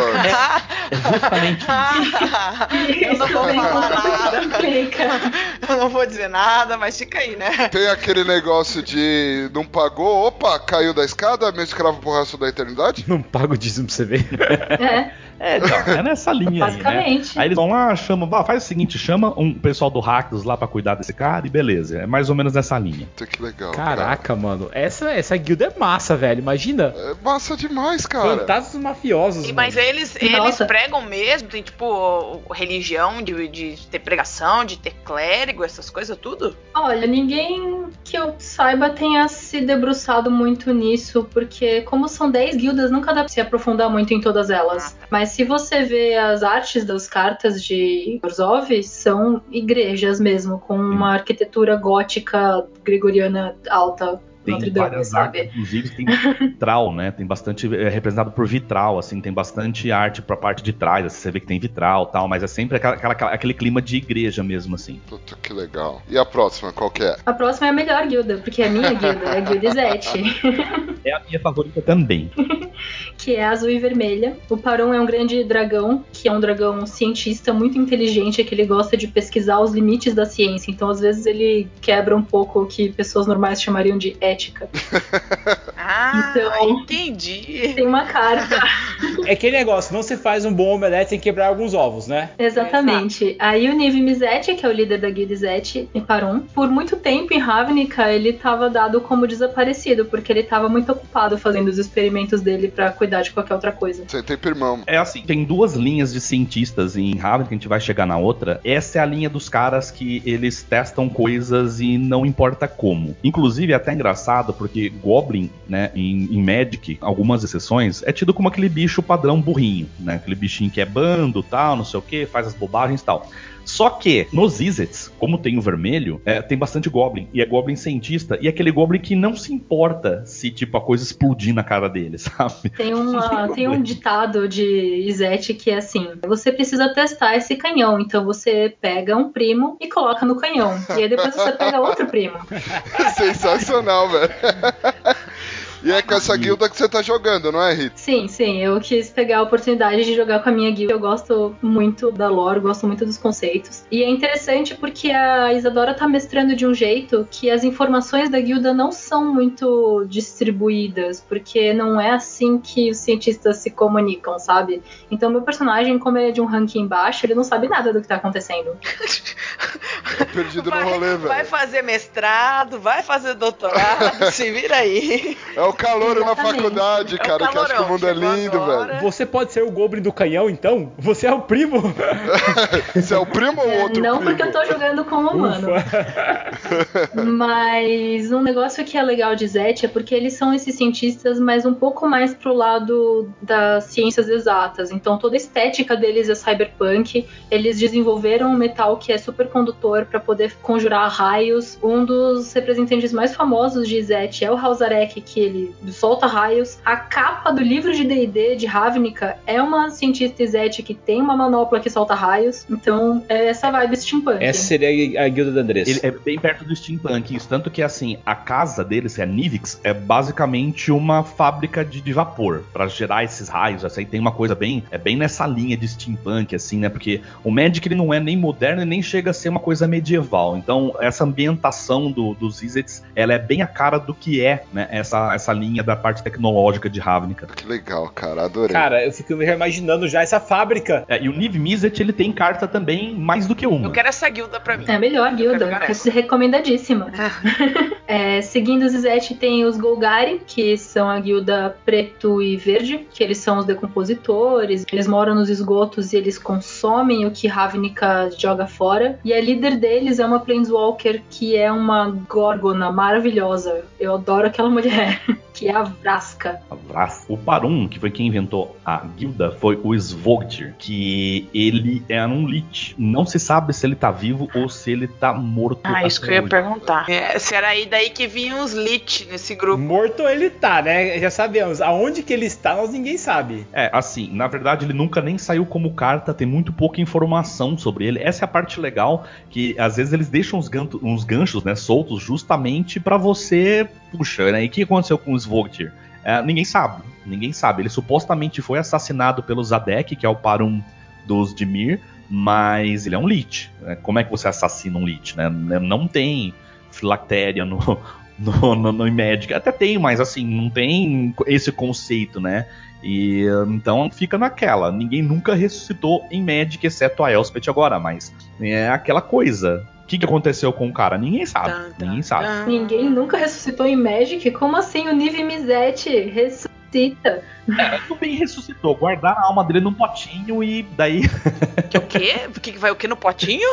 É justamente isso. Eu não vou falar nada. Implica. Eu não vou dizer nada, mas fica aí, né? tem aquele negócio de não pagou, opa, caiu da escada, meu escravo pro resto da eternidade? Não pago o dízimo pra você ver. Então, é nessa linha aí, né? Basicamente. Aí eles vão lá, faz o seguinte, chama um pessoal do Rakdos lá pra cuidar desse cara e beleza. É mais ou menos nessa linha. Que legal. Caraca, mano. Essa guilda é massa, velho. Imagina. É massa demais, cara. Fantasmas mafiosos, Mas mano. eles Nossa. pregam mesmo, tem tipo religião, de ter pregação, de ter clérigo, essas coisas tudo? Olha, ninguém que eu saiba tenha se debruçado muito nisso, porque como são 10 guildas, nunca dá pra se aprofundar muito em todas elas. Mas se você vê as artes das cartas de Orzhov, são igrejas mesmo, com uma arquitetura gótica gregoriana alta. Tem Notre Dame, várias sabe? artes, inclusive tem vitral, né? Tem bastante, representado por vitral, assim, tem bastante arte pra parte de trás, assim, você vê que tem vitral e tal, mas é sempre aquele clima de igreja mesmo, assim. Puta, que legal. E a próxima, qual que é? A próxima é a melhor guilda, porque é a minha guilda, é a Guilda Izete. É a minha favorita também. Que é azul e vermelha. O Parum é um grande dragão, que é um dragão cientista muito inteligente, que ele gosta de pesquisar os limites da ciência. Então, às vezes, ele quebra um pouco o que pessoas normais chamariam de ética. Então, entendi. Tem uma carta. É aquele negócio, não se faz um bom omelete sem quebrar alguns ovos, né? Exatamente. Aí o Niv Mizzet, que é o líder da Guilda Izete e Parum, por muito tempo em Ravnica, ele estava dado como desaparecido, porque ele estava muito ocupado fazendo os experimentos dele pra cuidar de qualquer outra coisa. Você tem irmão. É assim, tem duas linhas de cientistas em Ravnica, que a gente vai chegar na outra. Essa é a linha dos caras que eles testam coisas e não importa como. Inclusive, é até engraçado, porque Goblin, né, em Magic, algumas exceções, é tido como aquele bicho padrão burrinho, né? Aquele bichinho que é bando, tal, não sei o que, faz as bobagens e tal. Só que, nos Izzets, como tem o vermelho, tem bastante Goblin. E é Goblin cientista. E é aquele Goblin que não se importa se, tipo, a coisa explodir na cara dele, sabe? Tem um ditado de Izete que é assim: você precisa testar esse canhão. Então você pega um primo e coloca no canhão. E aí depois você pega outro primo. Sensacional, velho. E é com essa guilda que você tá jogando, não é, Rita? Sim, eu quis pegar a oportunidade de jogar com a minha guilda. Eu gosto muito da lore, gosto muito dos conceitos. E é interessante porque a Isadora tá mestrando de um jeito que as informações da guilda não são muito distribuídas, porque não é assim que os cientistas se comunicam, sabe? Então meu personagem, como ele é de um ranking baixo, ele não sabe nada do que tá acontecendo. Tô perdido no rolê, velho. Vai fazer mestrado, vai fazer doutorado, se vira aí. É o calor na Exatamente. faculdade, cara, que acha que o mundo é lindo, velho. Você pode ser o Goblin do canhão, então? Você é o primo? Você é o primo ou outro não primo? porque eu tô jogando com um humano. Mas um negócio que é legal de Zet é porque eles são esses cientistas, mas um pouco mais pro lado das ciências exatas. Então toda a estética deles é cyberpunk. Eles desenvolveram um metal que é super condutor Inquisitor para poder conjurar raios. Um dos representantes mais famosos de Izet é o Halzarek, que ele solta raios. A capa do livro de D&D de Ravnica é uma cientista Izet que tem uma manopla que solta raios. Então, é essa vibe steampunk. Essa seria a guilda da Andressa. Ele é bem perto do steampunk, isso. Tanto que, assim, a casa deles, a Nivix, é basicamente uma fábrica de vapor para gerar esses raios. Assim, tem uma coisa bem nessa linha de steampunk, assim, né? Porque o Magic, ele não é nem moderno e nem chega a ser uma coisa medieval. Então, essa ambientação dos Izzets, ela é bem a cara do que é, né? Essa linha da parte tecnológica de Ravnica. Que legal, cara. Adorei. Cara, eu fico imaginando já essa fábrica. E o Niv Mizzet, ele tem carta também mais do que uma. Eu quero essa guilda pra mim. É a melhor guilda, recomendadíssima. Seguindo os Izzet tem os Golgari, que são a guilda preto e verde, que eles são os decompositores, eles moram nos esgotos e eles consomem o que Ravnica joga fora. E a líder deles é uma Planeswalker que é uma górgona maravilhosa. Eu adoro aquela mulher, que é a Vraska. O Parun, que foi quem inventou a guilda, foi o Svogtir, que ele é um Lich. Não se sabe se ele tá vivo ou se ele tá morto. Isso que eu ia perguntar. Se era aí daí que vinham os Lich nesse grupo. Morto ele tá, né? Já sabemos. Aonde que ele está, ninguém sabe. Assim, na verdade ele nunca nem saiu como carta, tem muito pouca informação sobre ele. Essa é a parte legal, que às vezes eles deixam uns ganchos, né, soltos justamente pra você... Puxa, né? E o que aconteceu com o Svogtir? Ninguém sabe. Ele supostamente foi assassinado pelo Zadek, que é o Parun dos Dimir, mas ele é um Lich. Como é que você assassina um Lich, né? Não tem filactéria no Magic. Até tem, mas assim, não tem esse conceito, né? E então fica naquela. Ninguém nunca ressuscitou em Magic, exceto a Elspeth agora, mas é aquela coisa. O que aconteceu com o cara? Ninguém sabe. Ninguém nunca ressuscitou em Magic? Como assim? O Niv Mizzet ressuscita. Também ressuscitou. Guardaram a alma dele num potinho e daí... O quê? Que vai o quê no potinho?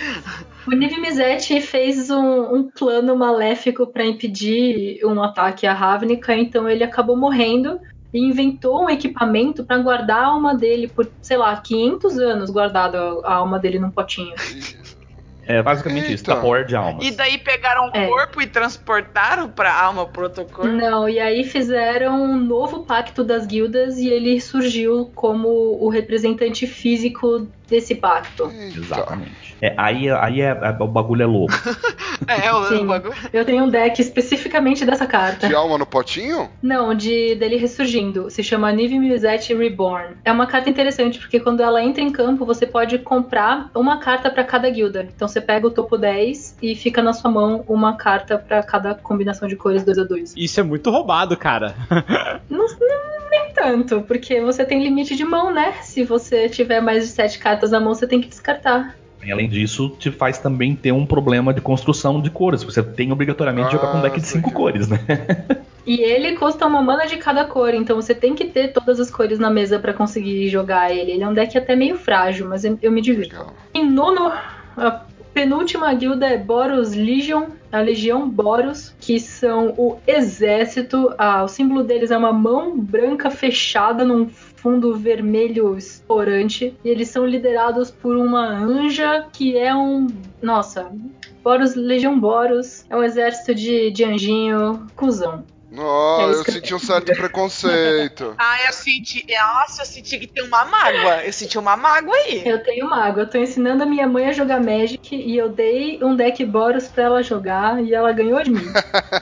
O Niv Mizzet fez um plano maléfico para impedir um ataque a Ravnica, então ele acabou morrendo e inventou um equipamento para guardar a alma dele por, 500 anos guardado a alma dele num potinho. É basicamente isso, Tupperware de almas. E daí pegaram o corpo e transportaram pra alma pro outro corpo? Não, e aí fizeram um novo pacto das guildas e ele surgiu como o representante físico desse pacto. Exatamente. Aí o bagulho é louco. O bagulho. Eu tenho um deck especificamente dessa carta. De alma no potinho? Não, dele ressurgindo. Se chama Niv Mizzet Reborn. É uma carta interessante, porque quando ela entra em campo, você pode comprar uma carta pra cada guilda. Então você pega o topo 10 e fica na sua mão uma carta pra cada combinação de cores 2/2. Isso é muito roubado, cara. Nem tanto, porque você tem limite de mão, né? Se você tiver mais de 7 cartas na mão, você tem que descartar. E além disso, te faz também ter um problema de construção de cores. Você tem obrigatoriamente jogar com um deck de 5 cores, né? E ele custa uma mana de cada cor, então você tem que ter todas as cores na mesa pra conseguir jogar ele. Ele é um deck até meio frágil, mas eu me divirto. Legal. Em nono, a penúltima guilda é Boros Legion, a Legião Boros, que são o exército. O símbolo deles é uma mão branca fechada num fundo vermelho esporante. E eles são liderados por uma anja que é Legião Boros é um exército de anjinho cuzão. Eu senti um certo preconceito. Eu senti que tem uma mágoa. Eu senti uma mágoa aí. Eu tenho mágoa. Eu tô ensinando a minha mãe a jogar Magic e eu dei um deck Boros pra ela jogar e ela ganhou de mim.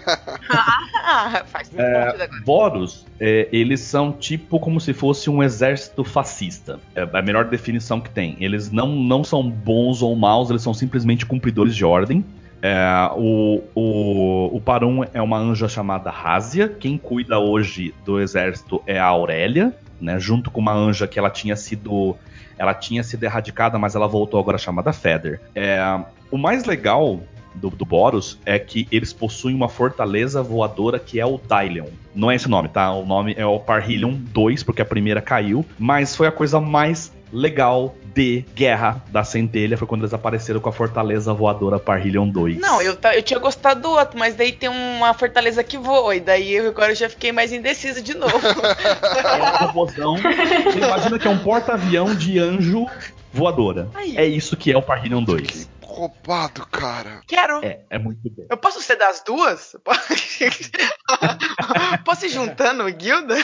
Faz muito sentido agora. Boros, eles são tipo como se fosse um exército fascista. É a melhor definição que tem. Eles não são bons ou maus, eles são simplesmente cumpridores de ordem. O Parun é uma anja chamada Razia. Quem cuida hoje do exército é a Aurélia, né, junto com uma anja que ela tinha sido erradicada, mas ela voltou agora, chamada Feather. O mais legal do Boros é que eles possuem uma fortaleza voadora que é o Dailion. Não é esse o nome, tá? O nome é o Parhelion 2, porque a primeira caiu, mas foi a coisa mais legal de Guerra da Centelha, foi quando eles apareceram com a fortaleza voadora Parhelion 2. Não, eu tinha gostado do outro, mas daí tem uma fortaleza que voa, e daí agora eu já fiquei mais indecisa de novo. É um robôzão. Você imagina que é um porta-avião de anjo voadora. É isso que é o Parhelion 2. roubado, cara. Quero. É muito bom. Eu posso ser das duas? Posso ir juntando guilda?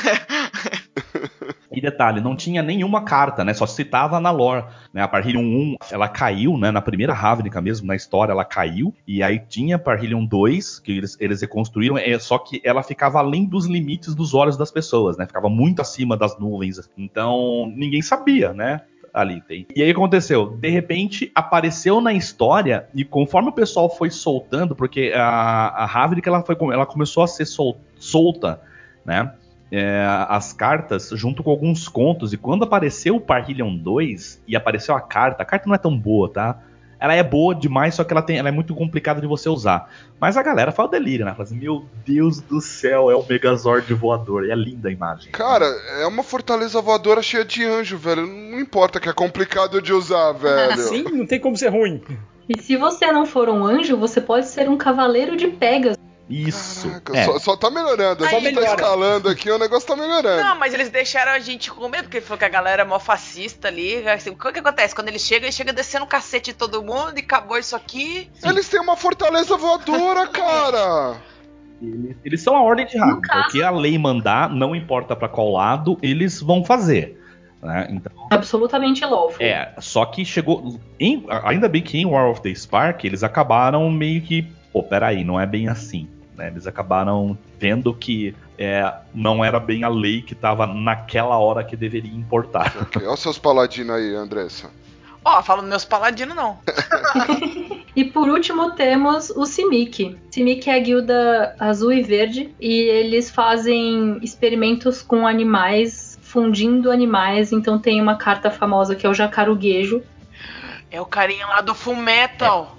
E detalhe, não tinha nenhuma carta, né? Só citava na lore, né? A Parhelion 1, ela caiu, né? Na primeira Ravnica mesmo, na história, ela caiu. E aí tinha a Parhelion 2, que eles reconstruíram, só que ela ficava além dos limites dos olhos das pessoas, né? Ficava muito acima das nuvens. Então, ninguém sabia, né? Ali tem. E aí aconteceu, de repente apareceu na história, e conforme o pessoal foi soltando, porque a Ravnica ela começou a ser solta, né? As cartas junto com alguns contos, e quando apareceu o Parhelion 2 e apareceu a carta não é tão boa, tá? Ela é boa demais, só que ela é muito complicada de você usar. Mas a galera fala delírio, né? Fala assim, meu Deus do céu, é o Megazord voador. E é linda a imagem. Cara, é uma fortaleza voadora cheia de anjo, velho. Não importa que é complicado de usar, velho. Sim, não tem como ser ruim. E se você não for um anjo, você pode ser um cavaleiro de Pegasus. Isso. Caraca, só tá melhorando. A gente tá escalando aqui, o negócio tá melhorando. Não, mas eles deixaram a gente com medo, porque falou que a galera é mó fascista ali. Assim, o que acontece? Quando ele chega descendo o cacete de todo mundo e acabou isso aqui. Sim. Eles têm uma fortaleza voadora, cara. Eles são a ordem de Ravnica. O que a lei mandar, não importa pra qual lado, eles vão fazer. Né? Então, absolutamente lawful. Só que chegou... ainda bem que em War of the Spark, eles acabaram meio que... Pô, peraí, não é bem assim. Né? Eles acabaram vendo que não era bem a lei que estava naquela hora que deveria importar. Okay. Olha os seus paladinos aí, Andressa. Falo dos meus paladinos, não. E por último temos o Simic. Simic é a guilda azul e verde, e eles fazem experimentos com animais, fundindo animais. Então tem uma carta famosa que é o jacaruguejo. É o carinha lá do Fullmetal.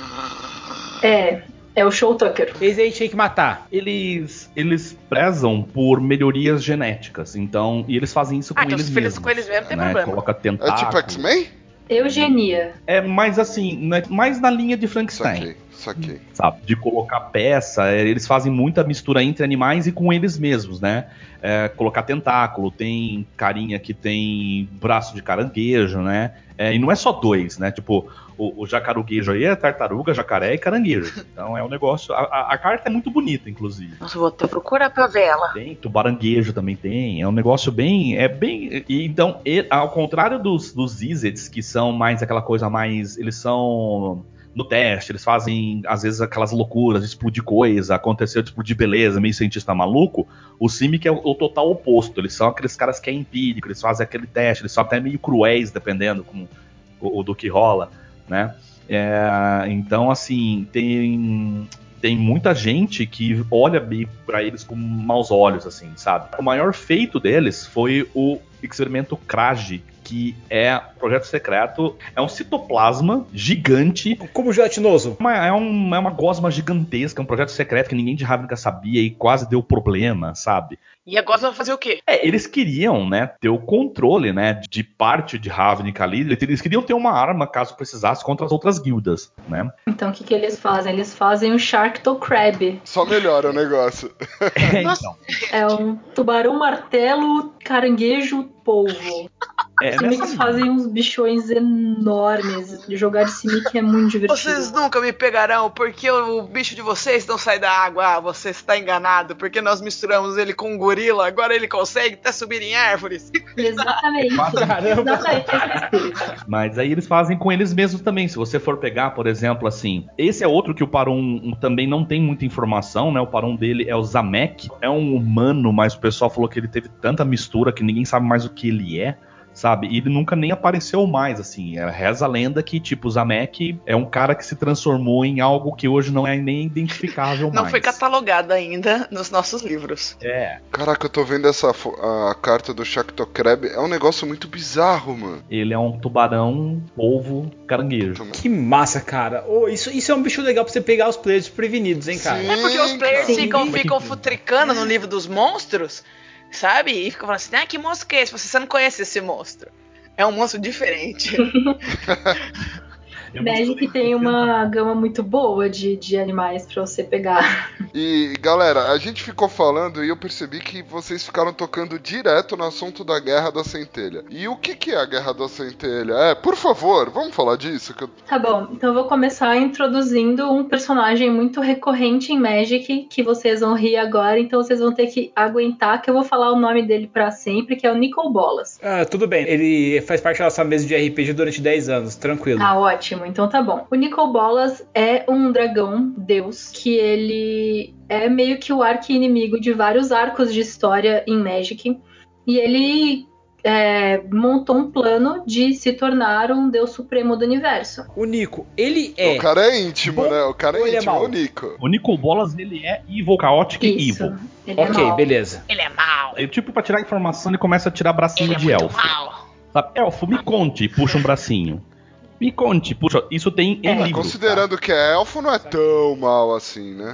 É o Show Tucker. Esse aí tinha que matar. Eles prezam por melhorias genéticas, então, e eles fazem isso com então eles se mesmos. com eles mesmo, não tem né? problema. Coloca tentáculo. É tipo X-Men? Eugenia. É mais assim, mais na linha de Frankenstein. Saquei. Sabe? De colocar peça, eles fazem muita mistura entre animais e com eles mesmos, né? Colocar tentáculo, tem carinha que tem braço de caranguejo, né? E não é só dois, né? Tipo, o jacaruguejo aí é tartaruga, jacaré e caranguejo. Então é um negócio... A carta é muito bonita, inclusive. Nossa, vou até procurar pra ver ela. Tem, tubaranguejo também tem. É um negócio bem... Então, ao contrário dos Izzets, que são mais aquela coisa mais... Eles são... No teste, eles fazem, às vezes, aquelas loucuras de explodir coisa, aconteceu de explodir beleza, meio cientista maluco. O Simic é o total oposto. Eles são aqueles caras que é empírico, eles fazem aquele teste, eles são até meio cruéis, dependendo do que rola, né? Então, assim, tem muita gente que olha pra eles com maus olhos, assim, sabe? O maior feito deles foi o experimento Kraj, que é projeto secreto, é um citoplasma gigante. Como gelatinoso. É uma gosma gigantesca, um projeto secreto que ninguém de Ravnica sabia e quase deu problema, sabe? E agora vai fazer o quê? Eles queriam, né, ter o controle, né, de parte de Ravnica ali. Eles queriam ter uma arma, caso precisasse, contra as outras guildas, né? Então, o que eles fazem? Eles fazem o Sharkto Crab. Só melhora o negócio. Então. É um tubarão martelo, caranguejo, polvo. Simics fazem uns bichões enormes. Jogar de Simic é muito divertido. Vocês nunca me pegarão, porque o bicho de vocês não sai da água. Você está enganado, porque nós misturamos ele com um gorila. Agora ele consegue até subir em árvores. Exatamente. Mas aí eles fazem com eles mesmos também. Se você for pegar, por exemplo, assim, esse é outro que o Parum também não tem muita informação, né? O Parum dele é o Zamek. É um humano, mas o pessoal falou que ele teve tanta mistura que ninguém sabe mais o que ele é. Sabe? E ele nunca nem apareceu mais, assim. Reza a lenda que, tipo, o Zamek é um cara que se transformou em algo que hoje não é nem identificável mais. Não foi catalogado ainda nos nossos livros. Caraca, eu tô vendo a carta do Sharkto Crab. É um negócio muito bizarro, mano. Ele é um tubarão, polvo, caranguejo. Que massa, cara. Isso é um bicho legal pra você pegar os players prevenidos, hein, cara? É porque os players ficam futricando no livro dos monstros, sabe? E ficam falando assim, que monstro que é esse? Você não conhece esse monstro. É um monstro diferente. Magic tem uma gama muito boa de animais pra você pegar. E, galera, a gente ficou falando e eu percebi que vocês ficaram tocando direto no assunto da Guerra da Centelha. E o que é a Guerra da Centelha? Por favor, vamos falar disso? Tá bom, então eu vou começar introduzindo um personagem muito recorrente em Magic, que vocês vão rir agora, então vocês vão ter que aguentar, que eu vou falar o nome dele pra sempre, que é o Nicol Bolas. Tudo bem, ele faz parte da nossa mesa de RPG durante 10 anos, tranquilo. Ah, ótimo, então tá bom. O Nicol Bolas é um dragão deus, que ele é meio que o arqui-inimigo de vários arcos de história em Magic, e ele montou um plano de se tornar um deus supremo do universo. O Nico, ele é... O cara é íntimo, né? O cara é ele é íntimo, mau? o Nico. O Nicol Bolas, ele é evil, chaotic e Isso, evil. ele é Ok, mau. beleza. Ele é mau. Ele, tipo, pra tirar informação, ele começa a tirar bracinho Ele é de muito elfo. mau. Sabe? Elfo, me conte, puxa um bracinho. Me conte, puxa. Isso tem em livro. Considerando que é elfo, não é tão mal assim, né?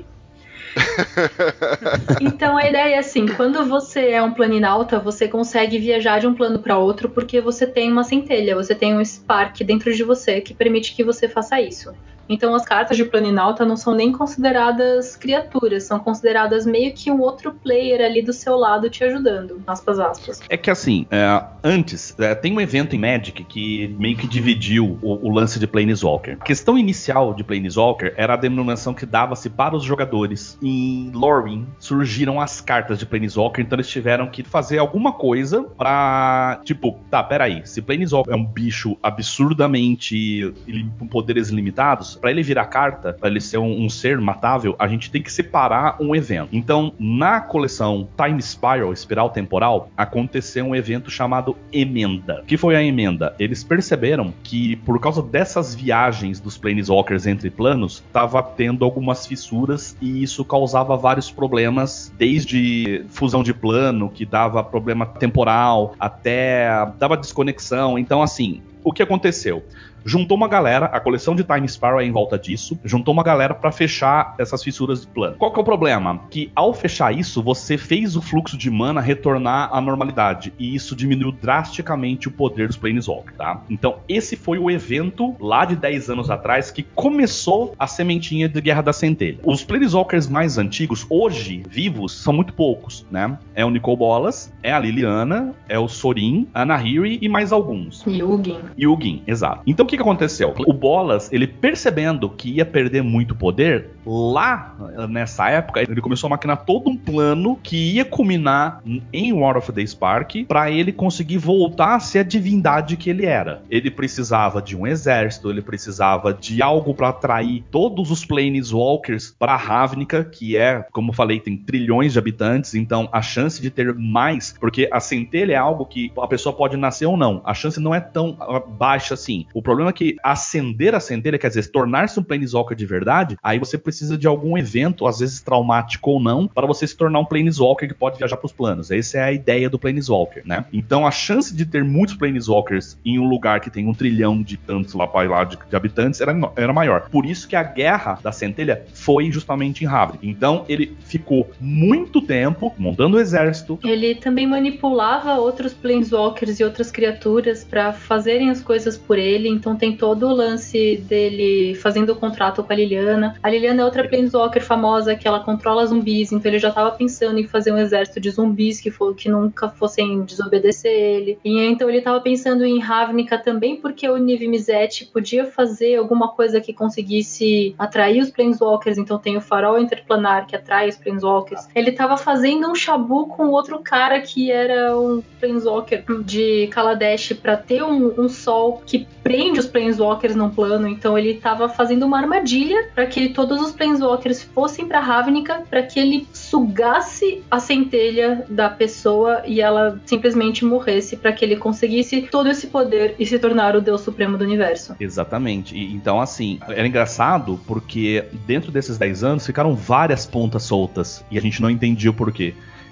Então a ideia é assim, quando você é um planinauta, você consegue viajar de um plano para outro porque você tem uma centelha, você tem um spark dentro de você que permite que você faça isso. Então as cartas de planinauta não são nem consideradas criaturas, são consideradas meio que um outro player ali do seu lado te ajudando, aspas, aspas. É que assim, antes, tem um evento em Magic que meio que dividiu o lance de Planeswalker. A questão inicial de Planeswalker era a denominação que dava-se para os jogadores. Em Lorwyn surgiram as cartas de Planeswalker, então eles tiveram que fazer alguma coisa pra, tipo, peraí, se Planeswalker é um bicho absurdamente com poderes limitados, pra ele virar carta, pra ele ser um ser matável, a gente tem que separar um evento. Então, na coleção Time Spiral, Espiral Temporal, aconteceu um evento chamado Emenda. O que foi a Emenda? Eles perceberam que, por causa dessas viagens dos Planeswalkers entre planos, tava tendo algumas fissuras e isso causava vários problemas, desde fusão de plano, que dava problema temporal, até dava desconexão. Então, assim, o que aconteceu? Juntou uma galera, a coleção de Time Spiral é em volta disso, juntou uma galera pra fechar essas fissuras de plano. Qual que é o problema? Que ao fechar isso, você fez o fluxo de mana retornar à normalidade, e isso diminuiu drasticamente o poder dos Planeswalkers, tá? Então esse foi o evento lá de 10 anos atrás que começou a sementinha de Guerra da Centelha. Os Planeswalkers mais antigos, hoje vivos, são muito poucos, né? É o Nicol Bolas, é a Liliana, é o Sorin, a Nahiri e mais alguns. Yugin, exato. Então o que aconteceu? O Bolas, ele percebendo que ia perder muito poder, lá nessa época, ele começou a maquinar todo um plano que ia culminar em War of the Spark para ele conseguir voltar a ser a divindade que ele era. Ele precisava de um exército, ele precisava de algo para atrair todos os Planeswalkers para Ravnica, que é, como eu falei, tem trilhões de habitantes, então a chance de ter mais, porque a centelha é algo que a pessoa pode nascer ou não, a chance não é tão baixa assim. O problema é que acender a centelha, quer dizer, tornar-se um Planeswalker de verdade, aí você precisa de algum evento, às vezes traumático ou não, para você se tornar um Planeswalker que pode viajar para os planos. Essa é a ideia do Planeswalker, né? Então a chance de ter muitos Planeswalkers em um lugar que tem 1 trilhão de tantos lá de habitantes era maior. Por isso que a Guerra da Centelha foi justamente em Ravnica. Então ele ficou muito tempo montando o exército. Ele também manipulava outros Planeswalkers e outras criaturas para fazerem as coisas por ele, então tem todo o lance dele fazendo o contrato com a Liliana. A Liliana é outra Planeswalker famosa que ela controla zumbis, então ele já estava pensando em fazer um exército de zumbis que nunca fossem desobedecer ele. E então ele estava pensando em Ravnica também, porque o Niv Mizzet podia fazer alguma coisa que conseguisse atrair os Planeswalkers, então tem o farol interplanar que atrai os Planeswalkers. Ele estava fazendo um Shabu com outro cara que era um Planeswalker de Kaladesh para ter um sol que prende os Planeswalkers num plano, então ele estava fazendo uma armadilha para que todos os Planeswalkers fossem para Ravnica, para que ele sugasse a centelha da pessoa e ela simplesmente morresse, para que ele conseguisse todo esse poder e se tornar o Deus Supremo do Universo. Exatamente. Então, assim, era engraçado porque dentro desses 10 anos ficaram várias pontas soltas e a gente não entendia o porquê.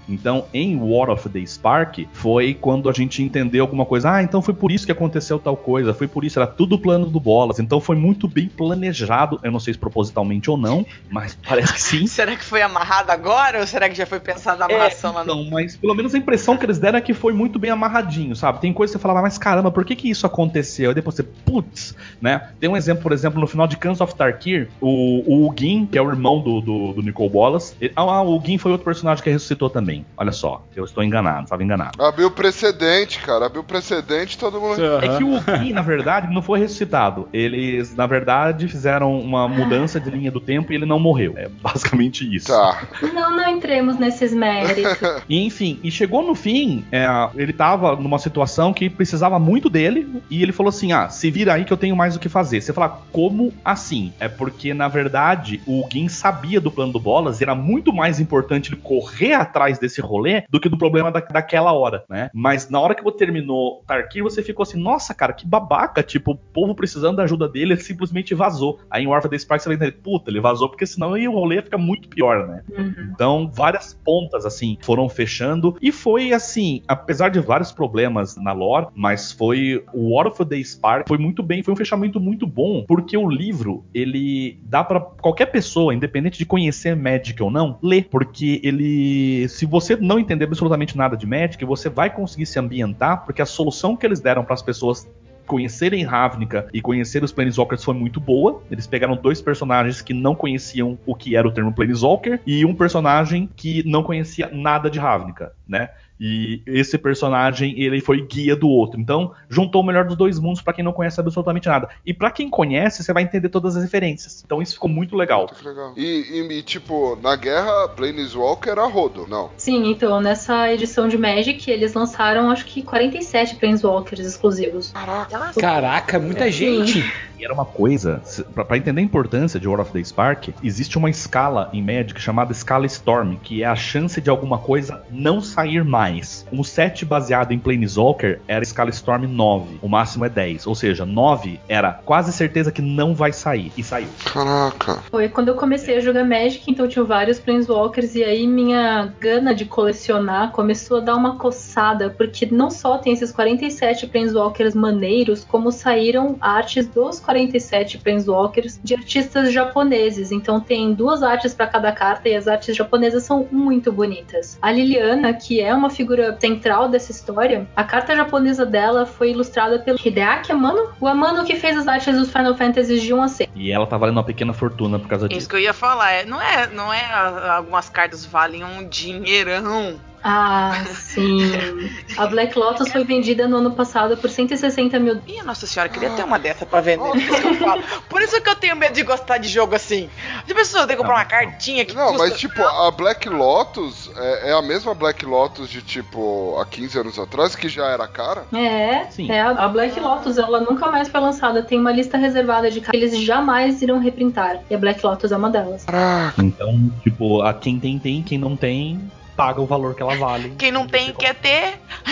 Então, em War of the Spark, foi quando a gente entendeu alguma coisa. Então foi por isso que aconteceu tal coisa, foi por isso, era tudo plano do Bolas. Então foi muito bem planejado, eu não sei se propositalmente ou não, mas parece que sim. Será que foi amarrado agora ou será que já foi pensado na amarração lá no... mas pelo menos a impressão que eles deram é que foi muito bem amarradinho, sabe? Tem coisa que você falava, mas caramba, por que isso aconteceu? E depois você, putz, né? Tem um exemplo, por exemplo, no final de Khans of Tarkir, o Ugin, que é o irmão do Nicol Bolas, o Ugin foi outro personagem que ressuscitou também. Olha só, eu estou enganado, estava enganado. Abriu precedente, cara, abriu precedente, todo mundo... É que o Ugin, na verdade, não foi ressuscitado. Eles, na verdade, fizeram uma mudança de linha do tempo e ele não morreu. É basicamente isso. Tá. Não entremos nesses méritos. E, enfim, e chegou no fim, ele tava numa situação que precisava muito dele, e ele falou assim, se vira aí que eu tenho mais o que fazer. Você fala, como assim? É porque, na verdade, o Ugin sabia do plano do Bolas, e era muito mais importante ele correr atrás desse rolê do que do problema daquela hora, né? Mas na hora que você terminou Tarkir, você ficou assim, nossa, cara, que babaca, tipo, o povo precisando da ajuda dele, ele simplesmente vazou. Aí em War of the Spark você vai entender, puta, ele vazou porque senão o rolê ia ficar muito pior, né? Então, várias pontas, assim, foram fechando, e foi assim, apesar de vários problemas na lore, mas foi o War of the Spark, foi muito bem, foi um fechamento muito bom, porque o livro, ele dá pra qualquer pessoa, independente de conhecer Magic ou não, ler, porque ele, se você não entender absolutamente nada de Magic, você vai conseguir se ambientar, porque a solução que eles deram para as pessoas conhecerem Ravnica e conhecer os Planeswalkers foi muito boa. Eles pegaram 2 personagens que não conheciam o que era o termo Planeswalker e um personagem que não conhecia nada de Ravnica, né? E esse personagem, ele foi guia do outro. Então, juntou o melhor dos 2 mundos pra quem não conhece absolutamente nada. E pra quem conhece, você vai entender todas as referências. Então, isso ficou muito legal. Muito legal. E tipo, na guerra, Planeswalker era rodo, não? Sim, então, nessa edição de Magic, eles lançaram, acho que 47 Planeswalkers exclusivos. Caraca, muita gente. E era uma coisa, pra entender a importância de War of the Spark, existe uma escala em Magic chamada escala Storm, que é a chance de alguma coisa não sair mais. Um set baseado em Planeswalker era a escala Storm 9, o máximo é 10, ou seja, 9 era quase certeza que não vai sair, e saiu. Caraca. Foi quando eu comecei a jogar Magic, então eu tinha vários Planeswalkers, e aí minha gana de colecionar começou a dar uma coçada, porque não só tem esses 47 Planeswalkers maneiros, como saíram artes dos 47 Planeswalkers de artistas japoneses. Então tem 2 artes para cada carta e as artes japonesas são muito bonitas. A Liliana, que é uma figura central dessa história, a carta japonesa dela foi ilustrada pelo Hideaki Amano, o Amano que fez as artes dos Final Fantasy de 1 a 6. E ela tá valendo uma pequena fortuna por causa disso. Isso que eu ia falar, não é algumas cartas valem um dinheirão. Ah, sim. A Black Lotus foi vendida no ano passado por 160 mil. Ih, nossa senhora, eu queria ter uma dessa pra vender. Por isso que eu falo. Por isso que eu tenho medo de gostar de jogo assim. De pessoa ter que comprar uma cartinha que não, custa... mas tipo, a Black Lotus é a mesma Black Lotus de tipo há 15 anos atrás, que já era cara? Sim. A Black Lotus, ela nunca mais foi lançada. Tem uma lista reservada de cartas que eles jamais irão reprintar. E a Black Lotus é uma delas. Então, tipo, a quem tem, quem não tem, paga o valor que ela vale. Quem não tem quer ter,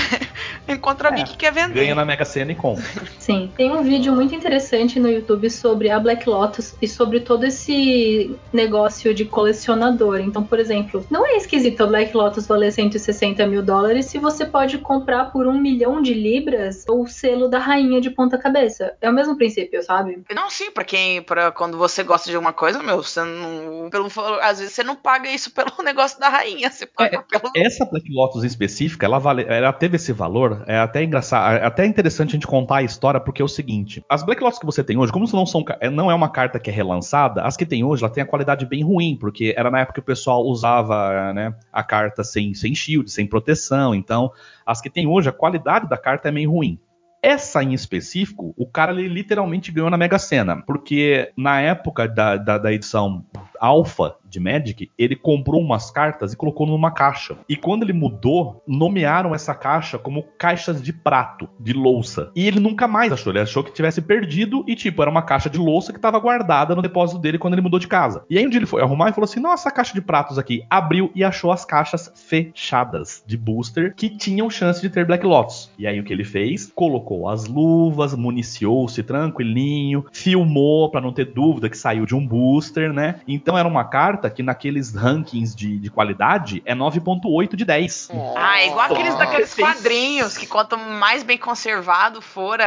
encontra alguém que quer vender. Ganha na Mega Sena e compra. Sim. Tem um vídeo muito interessante no YouTube sobre a Black Lotus e sobre todo esse negócio de colecionador. Então, por exemplo, não é esquisito a Black Lotus valer 160 mil dólares se você pode comprar por 1 milhão de libras o selo da rainha de ponta cabeça. É o mesmo princípio, sabe? Não, sim, pra quando você gosta de alguma coisa, meu, você não... às vezes você não paga isso pelo negócio da rainha, você paga pelo... Essa Black Lotus em específica, ela teve esse valor, é até engraçado, é até interessante a gente contar a história, porque é o seguinte, as Black Lotus que você tem hoje, como não é uma carta que é relançada, as que tem hoje, ela tem a qualidade bem ruim, porque era na época que o pessoal usava, né, a carta sem shield, sem proteção, então as que tem hoje, a qualidade da carta é meio ruim. Essa em específico, o cara ele literalmente ganhou na Mega Sena, porque na época da edição Alpha de Magic, ele comprou umas cartas e colocou numa caixa. E quando ele mudou, nomearam essa caixa como caixas de prato, de louça. E ele nunca mais achou, ele achou que tivesse perdido e tipo, era uma caixa de louça que estava guardada no depósito dele quando ele mudou de casa. E aí um dia ele foi arrumar e falou assim, nossa, a caixa de pratos aqui. Abriu e achou as caixas fechadas de booster que tinham chance de ter Black Lotus. E aí o que ele fez? Colocou as luvas, municiou-se tranquilinho, filmou pra não ter dúvida que saiu de um booster, né? Então era uma carta carta que naqueles rankings de qualidade é 9.8 de 10. É igual aqueles daqueles Perfeito. quadrinhos, que quanto mais bem conservado for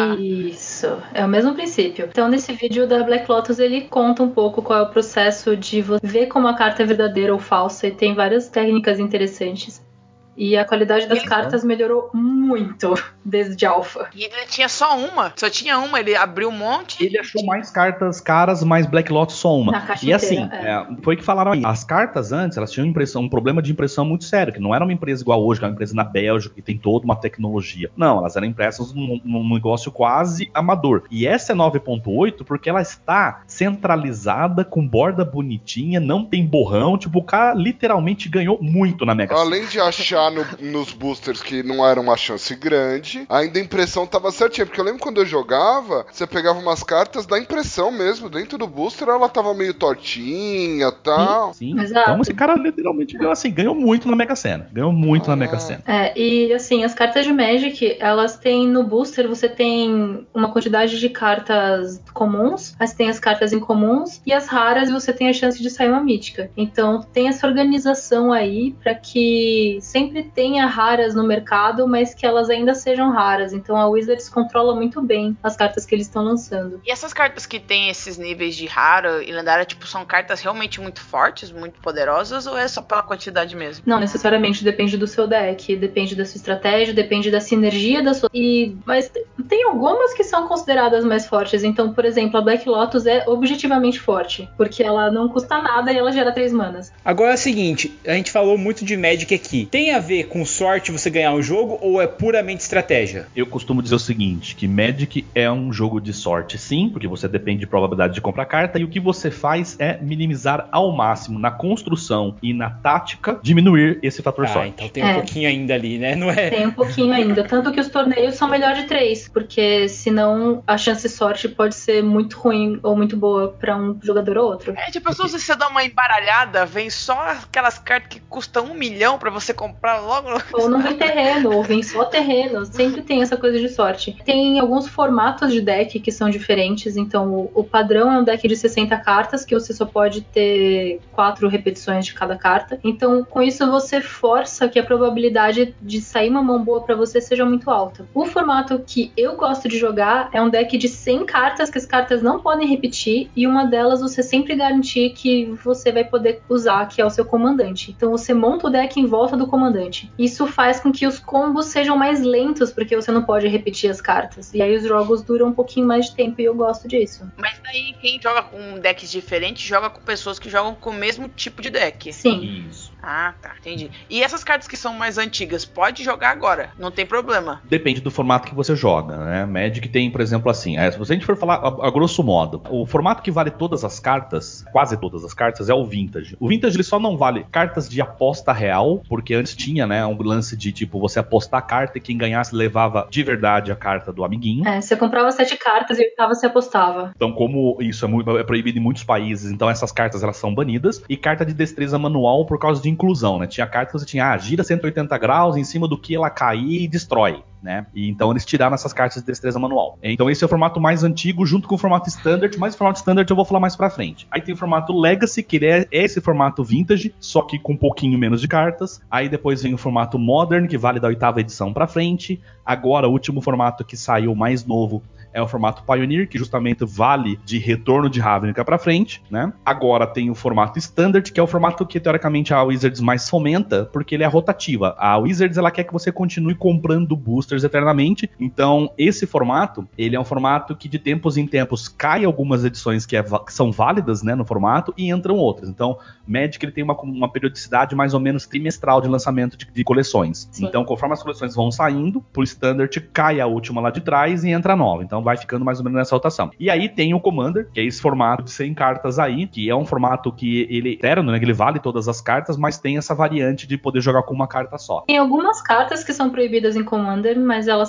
Isso, é o mesmo princípio. Então, nesse vídeo da Black Lotus, ele conta um pouco qual é o processo de você ver como a carta é verdadeira ou falsa, e tem várias técnicas interessantes. E a qualidade das cartas melhorou muito desde Alpha. E ele tinha só tinha uma, ele abriu um monte. Ele achou mais cartas caras, mais Black Lotus só uma. Na caixa E assim, inteira, foi o que falaram aí. As cartas antes, elas tinham um problema de impressão muito sério, que não era uma empresa igual hoje, que é uma empresa na Bélgica, que tem toda uma tecnologia. Não, elas eram impressas num negócio quase amador. E essa é 9.8 porque ela está centralizada, com borda bonitinha, não tem borrão. Tipo, o cara literalmente ganhou muito na Mega Sena. Além de achar nos boosters que não era uma chance grande, ainda a impressão tava certinha, porque eu lembro quando eu jogava, você pegava umas cartas da impressão mesmo, dentro do booster ela tava meio tortinha e tal. Sim. Então esse cara literalmente ganhou muito na Mega Sena. Ganhou muito na Mega Sena. E assim, as cartas de Magic, elas têm no booster, você tem uma quantidade de cartas comuns, mas tem as cartas incomuns, e as raras você tem a chance de sair uma mítica. Então tem essa organização aí para que sempre tenha raras no mercado, mas que elas ainda sejam raras. Então a Wizards controla muito bem as cartas que eles estão lançando. E essas cartas que tem esses níveis de rara e lendária, tipo, são cartas realmente muito fortes, muito poderosas, ou é só pela quantidade mesmo? Não necessariamente, depende do seu deck, depende da sua estratégia, depende da sinergia da sua... Mas tem algumas que são consideradas mais fortes. Então, por exemplo, a Black Lotus é objetivamente forte, porque ela não custa nada e ela gera 3 manas. Agora é o seguinte, a gente falou muito de Magic aqui. Tem a ver com sorte você ganhar um jogo ou é puramente estratégia? Eu costumo dizer o seguinte, que Magic é um jogo de sorte sim, porque você depende de probabilidade de comprar carta, e o que você faz é minimizar ao máximo na construção e na tática, diminuir esse fator sorte. Então tem um pouquinho ainda ali, né? Não é? Tem um pouquinho ainda, tanto que os torneios são melhor de 3, porque senão a chance de sorte pode ser muito ruim ou muito boa pra um jogador ou outro. Tipo, se você dá uma embaralhada, vem só aquelas cartas que custam 1 milhão pra você comprar logo. Ou não vem terreno, ou vem só terreno. Sempre tem essa coisa de sorte. Tem alguns formatos de deck que são diferentes. Então, o padrão é um deck de 60 cartas, que você só pode ter 4 repetições de cada carta. Então, com isso, você força que a probabilidade de sair uma mão boa pra você seja muito alta. O formato que eu gosto de jogar é um deck de 100 cartas, que as cartas não podem repetir, e uma delas você sempre garantir que você vai poder usar, que é o seu comandante. Então, você monta o deck em volta do comandante. Isso faz com que os combos sejam mais lentos, porque você não pode repetir as cartas. E aí os jogos duram um pouquinho mais de tempo e eu gosto disso. Mas daí quem joga com decks diferentes joga com pessoas que jogam com o mesmo tipo de deck. Sim. Isso. Ah, tá, entendi. E essas cartas que são mais antigas, pode jogar agora, não tem problema. Depende do formato que você joga, né? Magic tem, por exemplo, assim, se a gente for falar a grosso modo, o formato que vale todas as cartas, quase todas as cartas, é o Vintage. O Vintage ele só não vale cartas de aposta real, porque antes tinha, né, um lance de tipo, você apostar a carta e quem ganhasse levava de verdade a carta do amiguinho. Você comprava 7 cartas e 8ª você apostava. Então, como isso é proibido em muitos países, então essas cartas elas são banidas. E carta de destreza manual por causa de inclusão, né? Tinha carta que você tinha, gira 180 graus em cima do que ela cair e destrói, né? E então eles tiraram essas cartas de destreza manual. Então esse é o formato mais antigo junto com o formato Standard, mas o formato Standard eu vou falar mais pra frente. Aí tem o formato Legacy, que é esse formato Vintage, só que com um pouquinho menos de cartas. Aí depois vem o formato Modern, que vale da 8ª edição pra frente. Agora o último formato que saiu mais novo é o formato Pioneer, que justamente vale de Retorno de Ravnica pra frente, né? Agora tem o formato Standard, que é o formato que teoricamente a Wizards mais fomenta, porque ele é rotativa. A Wizards, ela quer que você continue comprando boosters eternamente, então esse formato, ele é um formato que de tempos em tempos cai algumas edições que são válidas, né, no formato, e entram outras. Então, Magic, ele tem uma periodicidade mais ou menos trimestral de lançamento de coleções. Sim. Então, conforme as coleções vão saindo, pro Standard cai a última lá de trás e entra a nova. Então, vai ficando mais ou menos nessa rotação. E aí tem o Commander, que é esse formato de 100 cartas aí, que é um formato que ele é eterno, né? Que ele vale todas as cartas, mas tem essa variante de poder jogar com uma carta só. Tem algumas cartas que são proibidas em Commander, mas elas são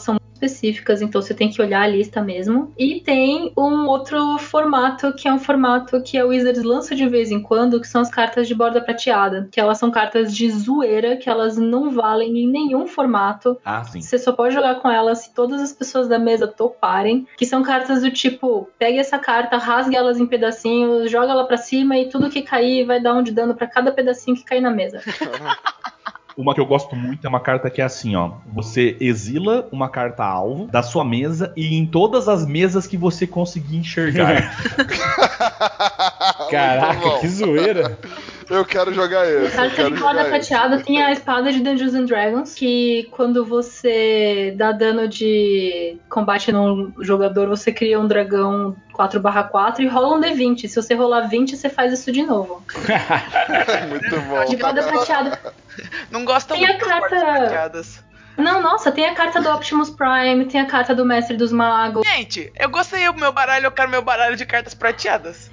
específicas, então você tem que olhar a lista mesmo. E tem um outro formato, que é um formato que a Wizards lança de vez em quando, que são as cartas de borda prateada, que elas são cartas de zoeira, que elas não valem em nenhum formato. Sim. Você só pode jogar com elas se todas as pessoas da mesa toparem, que são cartas do tipo, pegue essa carta, rasgue elas em pedacinhos, joga ela pra cima e tudo que cair vai dar um de dano pra cada pedacinho que cair na mesa. Uma que eu gosto muito é uma carta que é assim, ó. Você exila uma carta alvo da sua mesa e em todas as mesas que você conseguir enxergar. Caraca, que zoeira. Eu quero jogar esse. Carta de borda prateada tem a espada de Dungeons and Dragons, que quando você dá dano de combate num jogador, você cria um dragão 4/4 e rola um D20. Se você rolar 20, você faz isso de novo. Muito bom. De borda prateada. Não gosta Tem muito a carta... das bordas prateadas. Não, nossa, tem a carta do Optimus Prime, tem a carta do Mestre dos Magos. Gente, eu gostei do meu baralho, eu quero meu baralho de cartas prateadas.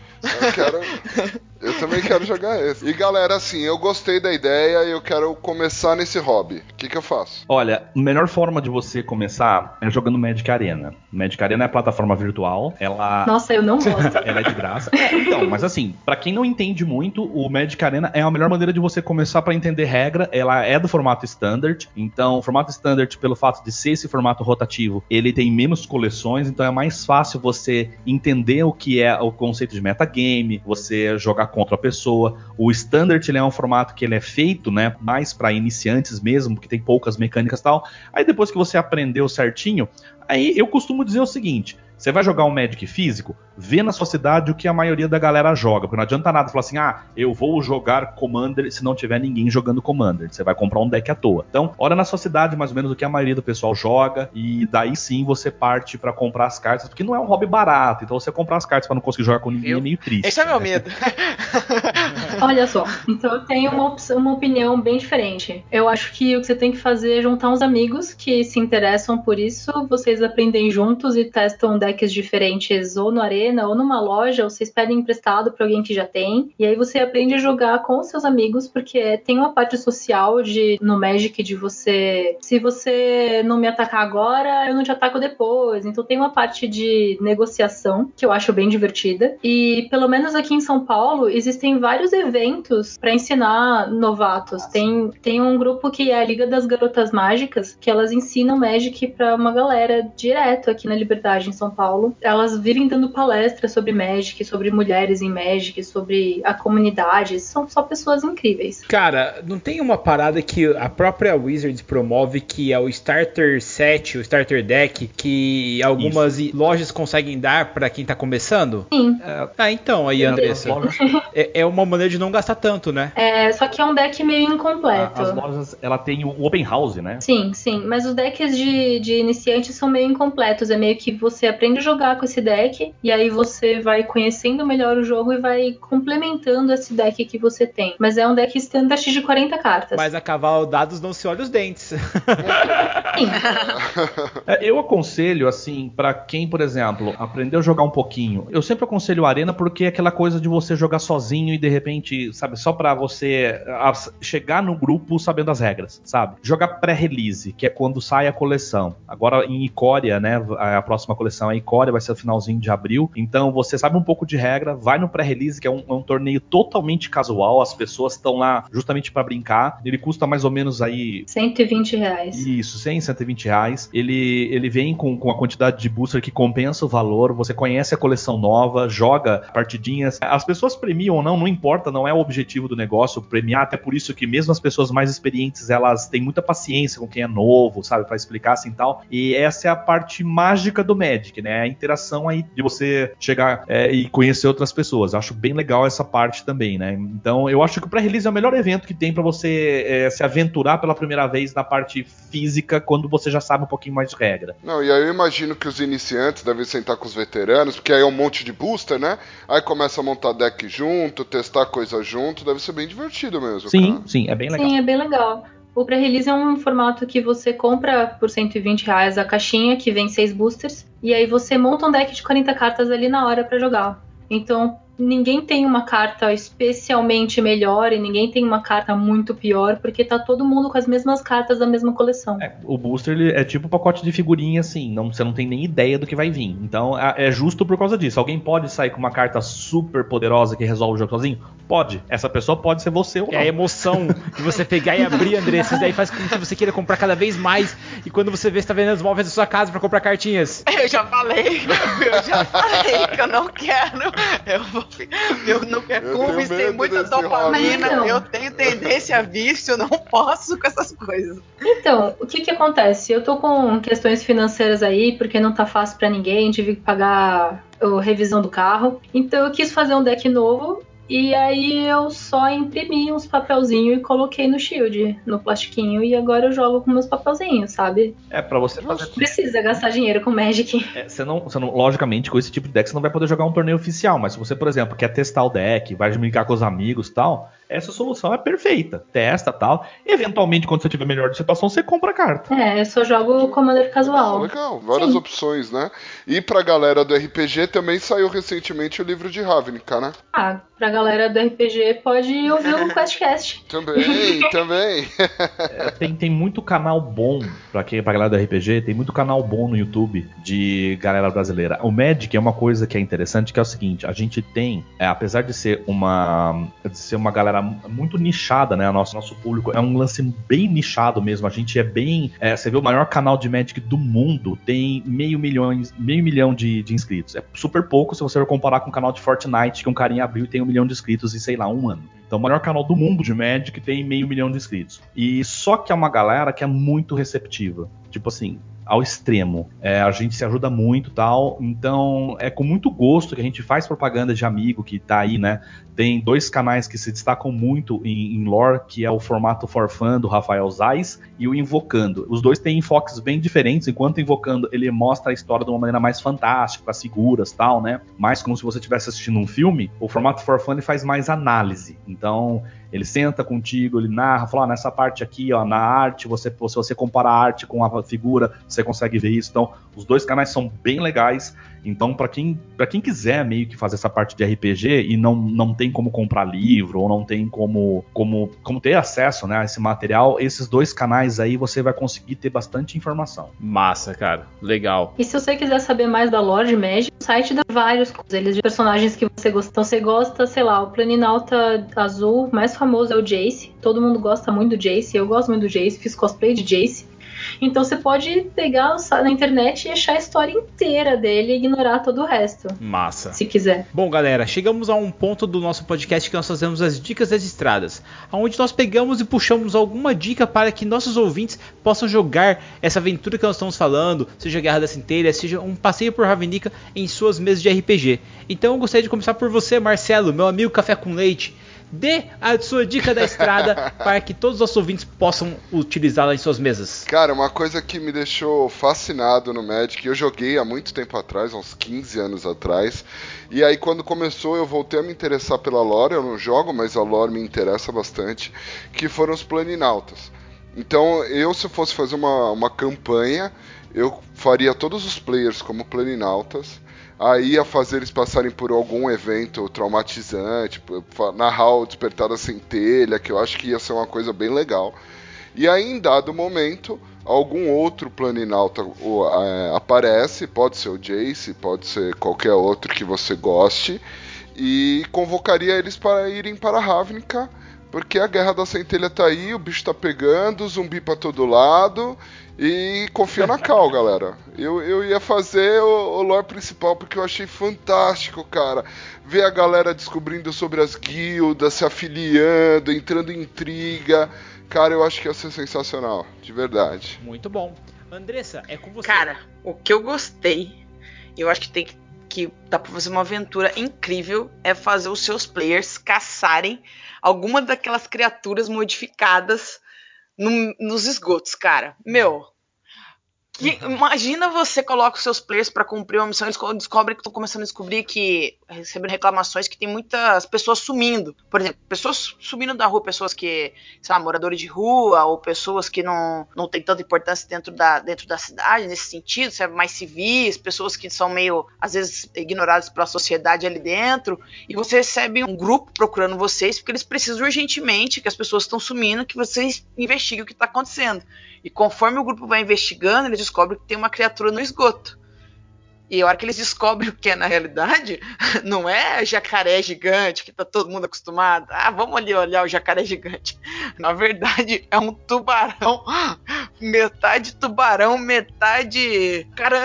Eu também quero jogar esse. E galera, assim, eu gostei da ideia e eu quero começar nesse hobby. O que eu faço? Olha, a melhor forma de você começar é jogando Magic Arena. Magic Arena é a plataforma virtual. Ela... Nossa, eu não gosto. Ela é de graça. Então, mas assim, pra quem não entende muito, o Magic Arena é a melhor maneira de você começar pra entender regra. Ela é do formato Standard. Então, o formato Standard, pelo fato de ser esse formato rotativo, ele tem menos coleções. Então é mais fácil você entender o que é o conceito de metagame, você jogar contra a pessoa. O Standard, ele é um formato que ele é feito, né, mais para iniciantes mesmo, porque tem poucas mecânicas e tal. Aí depois que você aprendeu certinho, aí eu costumo dizer o seguinte: você vai jogar um Magic físico, vê na sua cidade o que a maioria da galera joga, porque não adianta nada falar assim, eu vou jogar Commander se não tiver ninguém jogando Commander, você vai comprar um deck à toa. Então, olha na sua cidade mais ou menos o que a maioria do pessoal joga, e daí sim você parte pra comprar as cartas, porque não é um hobby barato, então você comprar as cartas pra não conseguir jogar com ninguém é meio triste. Esse é meu medo. Olha só, então eu tenho uma opinião bem diferente. Eu acho que o que você tem que fazer é juntar uns amigos que se interessam por isso, vocês aprendem juntos e testam decks diferentes ou no Arena ou numa loja, ou vocês pedem emprestado pra alguém que já tem, e aí você aprende a jogar com os seus amigos, porque tem uma parte social no Magic de você, se você não me atacar agora, eu não te ataco depois, então tem uma parte de negociação que eu acho bem divertida, e pelo menos aqui em São Paulo existem vários eventos pra ensinar novatos. Tem um grupo que é a Liga das Garotas Mágicas, que elas ensinam Magic pra uma galera direto aqui na Liberdade, em São Paulo. Elas vivem dando palestras sobre Magic, sobre mulheres em Magic, sobre a comunidade. São só pessoas incríveis. Cara, não tem uma parada que a própria Wizards promove, que é o Starter Set, o Starter Deck, que algumas lojas conseguem dar pra quem tá começando? Sim. Então, aí, Andressa, é uma maneira de não gastar tanto, né? Só que é um deck meio incompleto. As lojas, ela tem o Open House, né? Sim, mas os decks de iniciantes são meio incompletos. É meio que você aprende a jogar com esse deck, e aí você vai conhecendo melhor o jogo e vai complementando esse deck que você tem. Mas é um deck standard de 40 cartas. Mas a cavalo dados não se olha os dentes. Sim. Eu aconselho, assim, pra quem, por exemplo, aprendeu a jogar um pouquinho, eu sempre aconselho a Arena, porque é aquela coisa de você jogar sozinho e de repente, sabe, só pra você chegar no grupo sabendo as regras, sabe? Jogar pré-release, que é quando sai a coleção. Agora em Icória, né, a próxima coleção é Icória, vai ser no finalzinho de abril, então você sabe um pouco de regra, vai no pré-release, que é um torneio totalmente casual, as pessoas estão lá justamente pra brincar, ele custa mais ou menos aí... R$120. Isso, R$120. Ele vem com a quantidade de booster que compensa o valor, você conhece a coleção nova, joga partidinhas, as pessoas premiam ou não importa, não é o objetivo do negócio premiar, até por isso que mesmo as pessoas mais experientes, elas têm muita paciência com quem é novo, sabe, pra explicar assim e tal, e essa é a parte mágica do Magic, né, a interação aí de você chegar e conhecer outras pessoas. Acho bem legal essa parte também, né, então eu acho que o pré-release é o melhor evento que tem pra você se aventurar pela primeira vez na parte física, quando você já sabe um pouquinho mais de regra. Não, e aí eu imagino que os iniciantes devem sentar com os veteranos, porque aí é um monte de booster, né, aí começa a montar deck junto, testar coisa junto, deve ser bem divertido mesmo. Sim, cara. Sim, é bem legal. Sim, é bem legal. O pré-release é um formato que você compra por R$120 a caixinha, que vem 6 boosters, e aí você monta um deck de 40 cartas ali na hora pra jogar. Então, ninguém tem uma carta especialmente melhor e ninguém tem uma carta muito pior, porque tá todo mundo com as mesmas cartas da mesma coleção. O booster ele é tipo um pacote de figurinha assim, você não tem nem ideia do que vai vir. Então é justo por causa disso. Alguém pode sair com uma carta super poderosa que resolve o jogo sozinho? Pode. Essa pessoa pode ser você ou não. É a emoção de você pegar e abrir, André. Isso daí faz com que você queira comprar cada vez mais. E quando você vê, você tá vendendo os móveis da sua casa pra comprar cartinhas. Eu já falei que eu não quero. Eu não quero. Como tem muita dopamina, eu tenho tendência a vício, eu não posso com essas coisas. Então, o que acontece? Eu tô com questões financeiras aí, porque não tá fácil pra ninguém, tive que pagar a revisão do carro. Então eu quis fazer um deck novo. E aí eu só imprimi uns papelzinhos e coloquei no Shield, no plastiquinho, e agora eu jogo com meus papelzinhos, sabe? Pra você fazer... Não precisa gastar dinheiro com Magic. Você não, logicamente, com esse tipo de deck, você não vai poder jogar um torneio oficial, mas se você, por exemplo, quer testar o deck, vai brincar com os amigos e tal, essa solução é perfeita. Testa e tal. Eventualmente, quando você tiver melhor de situação, você compra a carta. Eu só jogo Commander casual. Legal. Várias opções, né? E pra galera do RPG também saiu recentemente o livro de Ravnica, né? Pra galera do RPG pode ouvir o QuestCast. Também. Tem muito canal bom, pra galera do RPG, tem muito canal bom no YouTube de galera brasileira. O Magic é uma coisa que é interessante, que é o seguinte, a gente tem, apesar de ser uma galera muito nichada, né, nosso público é um lance bem nichado mesmo, a gente é bem, você vê o maior canal de Magic do mundo, tem meio milhão de inscritos. É super pouco se você for comparar com o canal de Fortnite, que um carinha abriu e tem 1 milhão de inscritos em, sei lá, um ano. Então o maior canal do mundo de Magic tem 500 mil de inscritos. E só que é uma galera que é muito receptiva. Tipo assim, ao extremo. A gente se ajuda muito e tal. Então é com muito gosto que a gente faz propaganda de amigo que tá aí, né? Tem 2 canais que se destacam muito em lore, que é o Formato for Fun, do Rafael Zais, e o Invocando. Os dois têm enfoques bem diferentes, enquanto o Invocando ele mostra a história de uma maneira mais fantástica, com as figuras e tal, né? Mais como se você estivesse assistindo um filme. O Formato for Fun ele faz mais análise. Então ele senta contigo, ele narra, fala, nessa parte aqui, ó, na arte, se você comparar a arte com a figura, você consegue ver isso. Então, os 2 canais são bem legais. Então, pra quem quiser meio que fazer essa parte de RPG e não tem como comprar livro, ou não tem como ter acesso, né, a esse material, esses 2 canais aí você vai conseguir ter bastante informação. Massa, cara. Legal. E se você quiser saber mais da lore de Magic, o site dá vários eles de personagens que você gosta. Então você gosta, sei lá, o Planinauta azul mais famoso é o Jace. Todo mundo gosta muito do Jace. Eu gosto muito do Jace, fiz cosplay de Jace. Então você pode pegar na internet e achar a história inteira dele e ignorar todo o resto. Massa. Se quiser. Bom, galera, chegamos a um ponto do nosso podcast que nós fazemos as dicas das estradas, onde nós pegamos e puxamos alguma dica para que nossos ouvintes possam jogar essa aventura que nós estamos falando, seja Guerra da Centelha, seja um passeio por Ravnica em suas mesas de RPG. Então eu gostaria de começar por você, Marcelo, meu amigo Café com Leite. Dê a sua dica da estrada para que todos os nossos ouvintes possam utilizá-la em suas mesas. Cara, uma coisa que me deixou fascinado no Magic, eu joguei há muito tempo atrás, uns 15 anos atrás, e aí quando começou eu voltei a me interessar pela lore, eu não jogo, mas a lore me interessa bastante, que foram os Planinautas. Então eu, se fosse fazer uma campanha, eu faria todos os players como Planinautas, aí ia fazer eles passarem por algum evento traumatizante, narrar o Despertar da Centelha, que eu acho que ia ser uma coisa bem legal. E aí, em dado momento, algum outro Planinauta aparece, pode ser o Jace, pode ser qualquer outro que você goste, e convocaria eles para irem para Ravnica, porque a Guerra da Centelha tá aí, o bicho tá pegando, zumbi pra todo lado, e confia na Cal, galera. Eu ia fazer o lore principal porque eu achei fantástico, cara. Ver a galera descobrindo sobre as guildas, se afiliando, entrando em intriga. Cara, eu acho que ia ser sensacional, de verdade. Muito bom. Andressa, é com você. Cara, o que eu gostei, eu acho que dá pra fazer uma aventura incrível, é fazer os seus players caçarem alguma daquelas criaturas modificadas nos esgotos, cara. Meu, Imagina você coloca os seus players pra cumprir uma missão, eles descobrem que estão começando a descobrir que recebendo reclamações que tem muitas pessoas sumindo. Por exemplo, pessoas sumindo da rua, pessoas que, sei lá, moradores de rua, ou pessoas que não tem tanta importância dentro da cidade, nesse sentido, sabe, mais civis, pessoas que são meio, às vezes, ignoradas pela sociedade ali dentro, e você recebe um grupo procurando vocês, porque eles precisam urgentemente que as pessoas estão sumindo, que vocês investiguem o que está acontecendo. E conforme o grupo vai investigando, eles descobrem que tem uma criatura no esgoto. E a hora que eles descobrem o que é na realidade, não é jacaré gigante, que tá todo mundo acostumado. Ah, vamos ali olhar o jacaré gigante. Na verdade, é um tubarão. Metade tubarão, metade... Cara...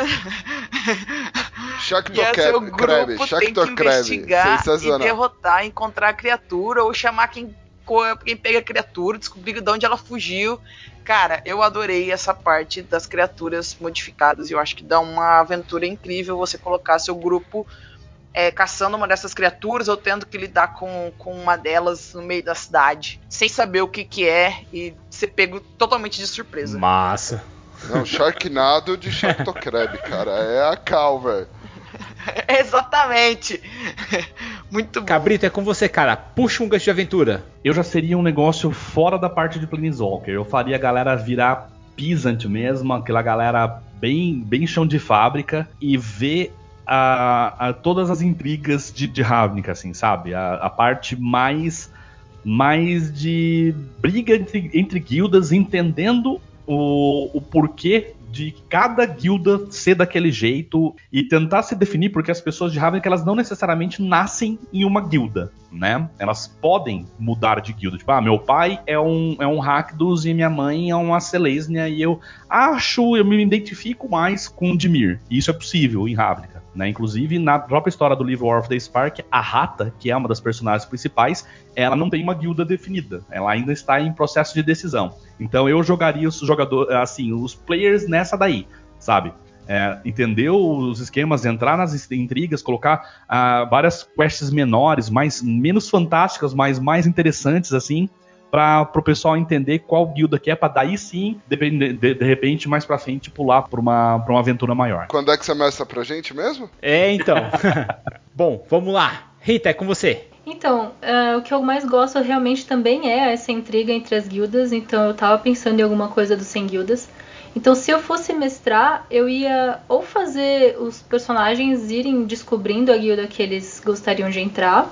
Shactor Crab, Shactor Crab. Investigar e derrotar, encontrar a criatura, ou chamar quem pega a criatura, descobrir de onde ela fugiu. Cara, eu adorei essa parte das criaturas modificadas. Eu acho que dá uma aventura incrível você colocar seu grupo caçando uma dessas criaturas ou tendo que lidar com uma delas no meio da cidade, sem saber o que é, e ser pego totalmente de surpresa. Massa. Não, Sharknado de Shactor Crab, cara. É a cal, velho. Exatamente. Muito bom. Cabrito, é com você, cara. Puxa um gancho de aventura. Eu já seria um negócio fora da parte de Planeswalker. Eu faria a galera virar peasant mesmo, aquela galera bem chão de fábrica, e ver todas as intrigas de Ravnica, assim, sabe? A parte mais de briga entre guildas, entendendo o porquê de cada guilda ser daquele jeito e tentar se definir, porque as pessoas de Ravnica, elas não necessariamente nascem em uma guilda, né? Elas podem mudar de guilda. Tipo, meu pai é um Rakdos e minha mãe é uma Selesnya, e eu me identifico mais com o Dimir. E isso é possível em Ravnica, né? Inclusive, na própria história do livro War of the Spark, a Rata, que é uma das personagens principais, ela não tem uma guilda definida. Ela ainda está em processo de decisão. Então eu jogaria os jogadores, assim, os players nessa daí, sabe? Entender os esquemas, entrar nas intrigas, colocar várias quests menores, menos fantásticas, mas mais interessantes, assim, para o pessoal entender qual guilda que é, para daí sim, de repente, mais pra frente, pular pra uma aventura maior. Quando é que você mestra pra gente mesmo? Então. Bom, vamos lá. Rita, é com você. Então, o que eu mais gosto realmente também é essa intriga entre as guildas. Então eu tava pensando em alguma coisa dos 100 guildas. Então se eu fosse mestrar, eu ia ou fazer os personagens irem descobrindo a guilda que eles gostariam de entrar,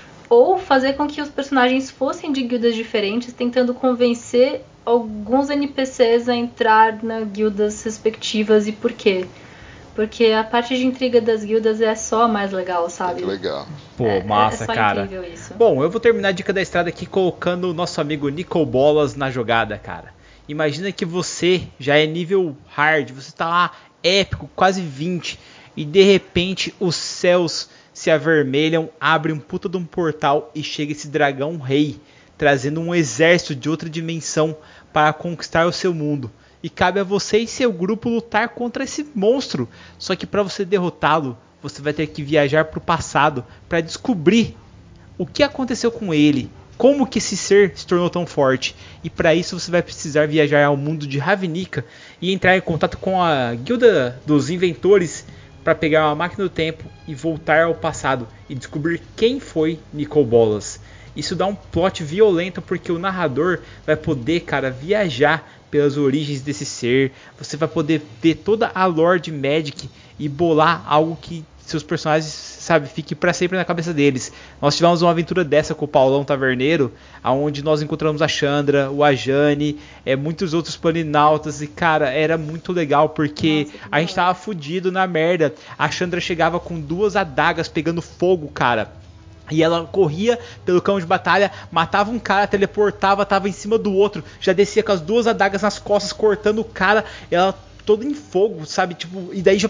ou fazer com que os personagens fossem de guildas diferentes, tentando convencer alguns NPCs a entrar nas guildas respectivas. E por quê? Porque a parte de intriga das guildas é só a mais legal, sabe? Muito legal. Pô, massa, é só cara. Incrível isso. Bom, eu vou terminar a dica da estrada aqui colocando o nosso amigo Nicol Bolas na jogada, cara. Imagina que você já é nível hard, você tá lá épico, quase 20, e de repente os céus se avermelham, abre um puta de um portal e chega esse dragão rei, trazendo um exército de outra dimensão para conquistar o seu mundo. E cabe a você e seu grupo lutar contra esse monstro. Só que para você derrotá-lo, você vai ter que viajar para o passado para descobrir o que aconteceu com ele, como que esse ser se tornou tão forte. E para isso você vai precisar viajar ao mundo de Ravnica e entrar em contato com a Guilda dos Inventores para pegar uma máquina do tempo e voltar ao passado e descobrir quem foi Nicol Bolas. Isso dá um plot violento porque o narrador vai poder, cara, viajar pelas origens desse ser. Você vai poder ver toda a lore de Magic e bolar algo que seus personagens, sabe, fique para sempre na cabeça deles. Nós tivemos uma aventura dessa com o Paulão Taverneiro, onde nós encontramos a Chandra, o Ajani, muitos outros planinautas, e cara, era muito legal porque a gente tava fudido na merda. A Chandra chegava com 2 adagas pegando fogo, cara. E ela corria pelo campo de batalha, matava um cara, teleportava, tava em cima do outro, já descia com as 2 adagas nas costas, cortando o cara, ela toda em fogo, sabe? Tipo, e daí já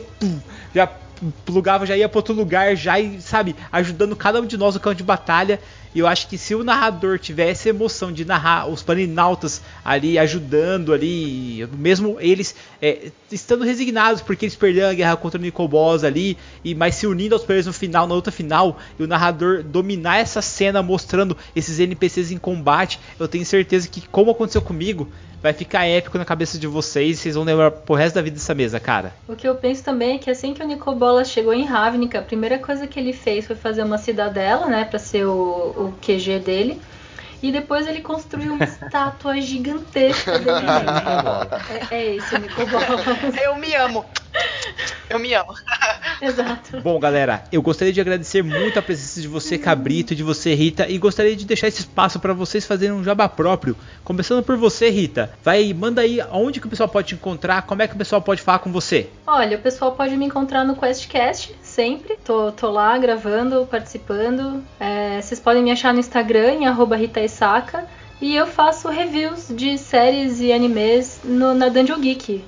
plugava, já ia para outro lugar, já, sabe, ajudando cada um de nós no campo de batalha. E eu acho que se o narrador tivesse a emoção de narrar os planinautas ali, ajudando ali, mesmo eles estando resignados porque eles perderam a guerra contra o Nicol Bolas ali, mas se unindo aos players no final, na luta final, e o narrador dominar essa cena mostrando esses NPCs em combate, eu tenho certeza que, como aconteceu comigo, vai ficar épico na cabeça de vocês. Vocês vão lembrar pro resto da vida dessa mesa, cara. O que eu penso também é que assim que o Nicol Bolas chegou em Ravnica, a primeira coisa que ele fez foi fazer uma cidadela, né, pra ser o QG dele. E depois ele construiu uma estátua gigantesca dele mesmo. É esse o Nicol Bolas. Eu me amo. Eu me amo. Exato. Bom, galera, eu gostaria de agradecer muito a presença de você, Cabrito, e de você, Rita, e gostaria de deixar esse espaço para vocês fazerem um jabá próprio. Começando por você, Rita. Manda aí onde que o pessoal pode te encontrar, como é que o pessoal pode falar com você. Olha, o pessoal pode me encontrar no QuestCast, sempre. Tô lá gravando, participando. Vocês podem me achar no Instagram, em @RitaIsaka. E eu faço reviews de séries e animes na Dungeon Geek.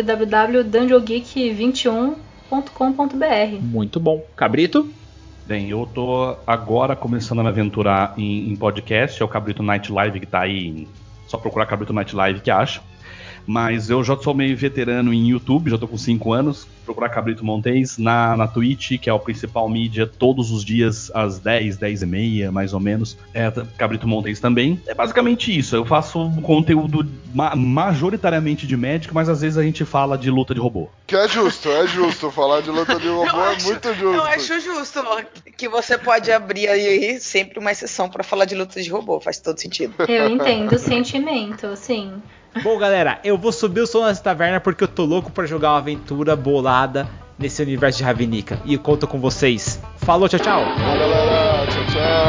www.dungeongeek21.com.br. Muito bom. Cabrito? Bem, eu tô agora começando a me aventurar em podcast, é o Cabrito Night Live que tá aí, só procurar Cabrito Night Live que acha. Mas eu já sou meio veterano em YouTube, já tô com 5 anos. Procurar Cabrito Montes na Twitch, que é o principal mídia, todos os dias às 10h30, mais ou menos. Cabrito Montes também. É basicamente isso. Eu faço conteúdo majoritariamente de Magic, mas às vezes a gente fala de luta de robô. Que é justo. Falar de luta de robô muito justo. Eu acho justo que você pode abrir aí sempre uma exceção pra falar de luta de robô. Faz todo sentido. Eu entendo o sentimento, sim. Bom, galera, eu vou subir o som nessa taverna porque eu tô louco pra jogar uma aventura bolada nesse universo de Ravnica. E eu conto com vocês. Falou, tchau, tchau. Galera, tchau, tchau.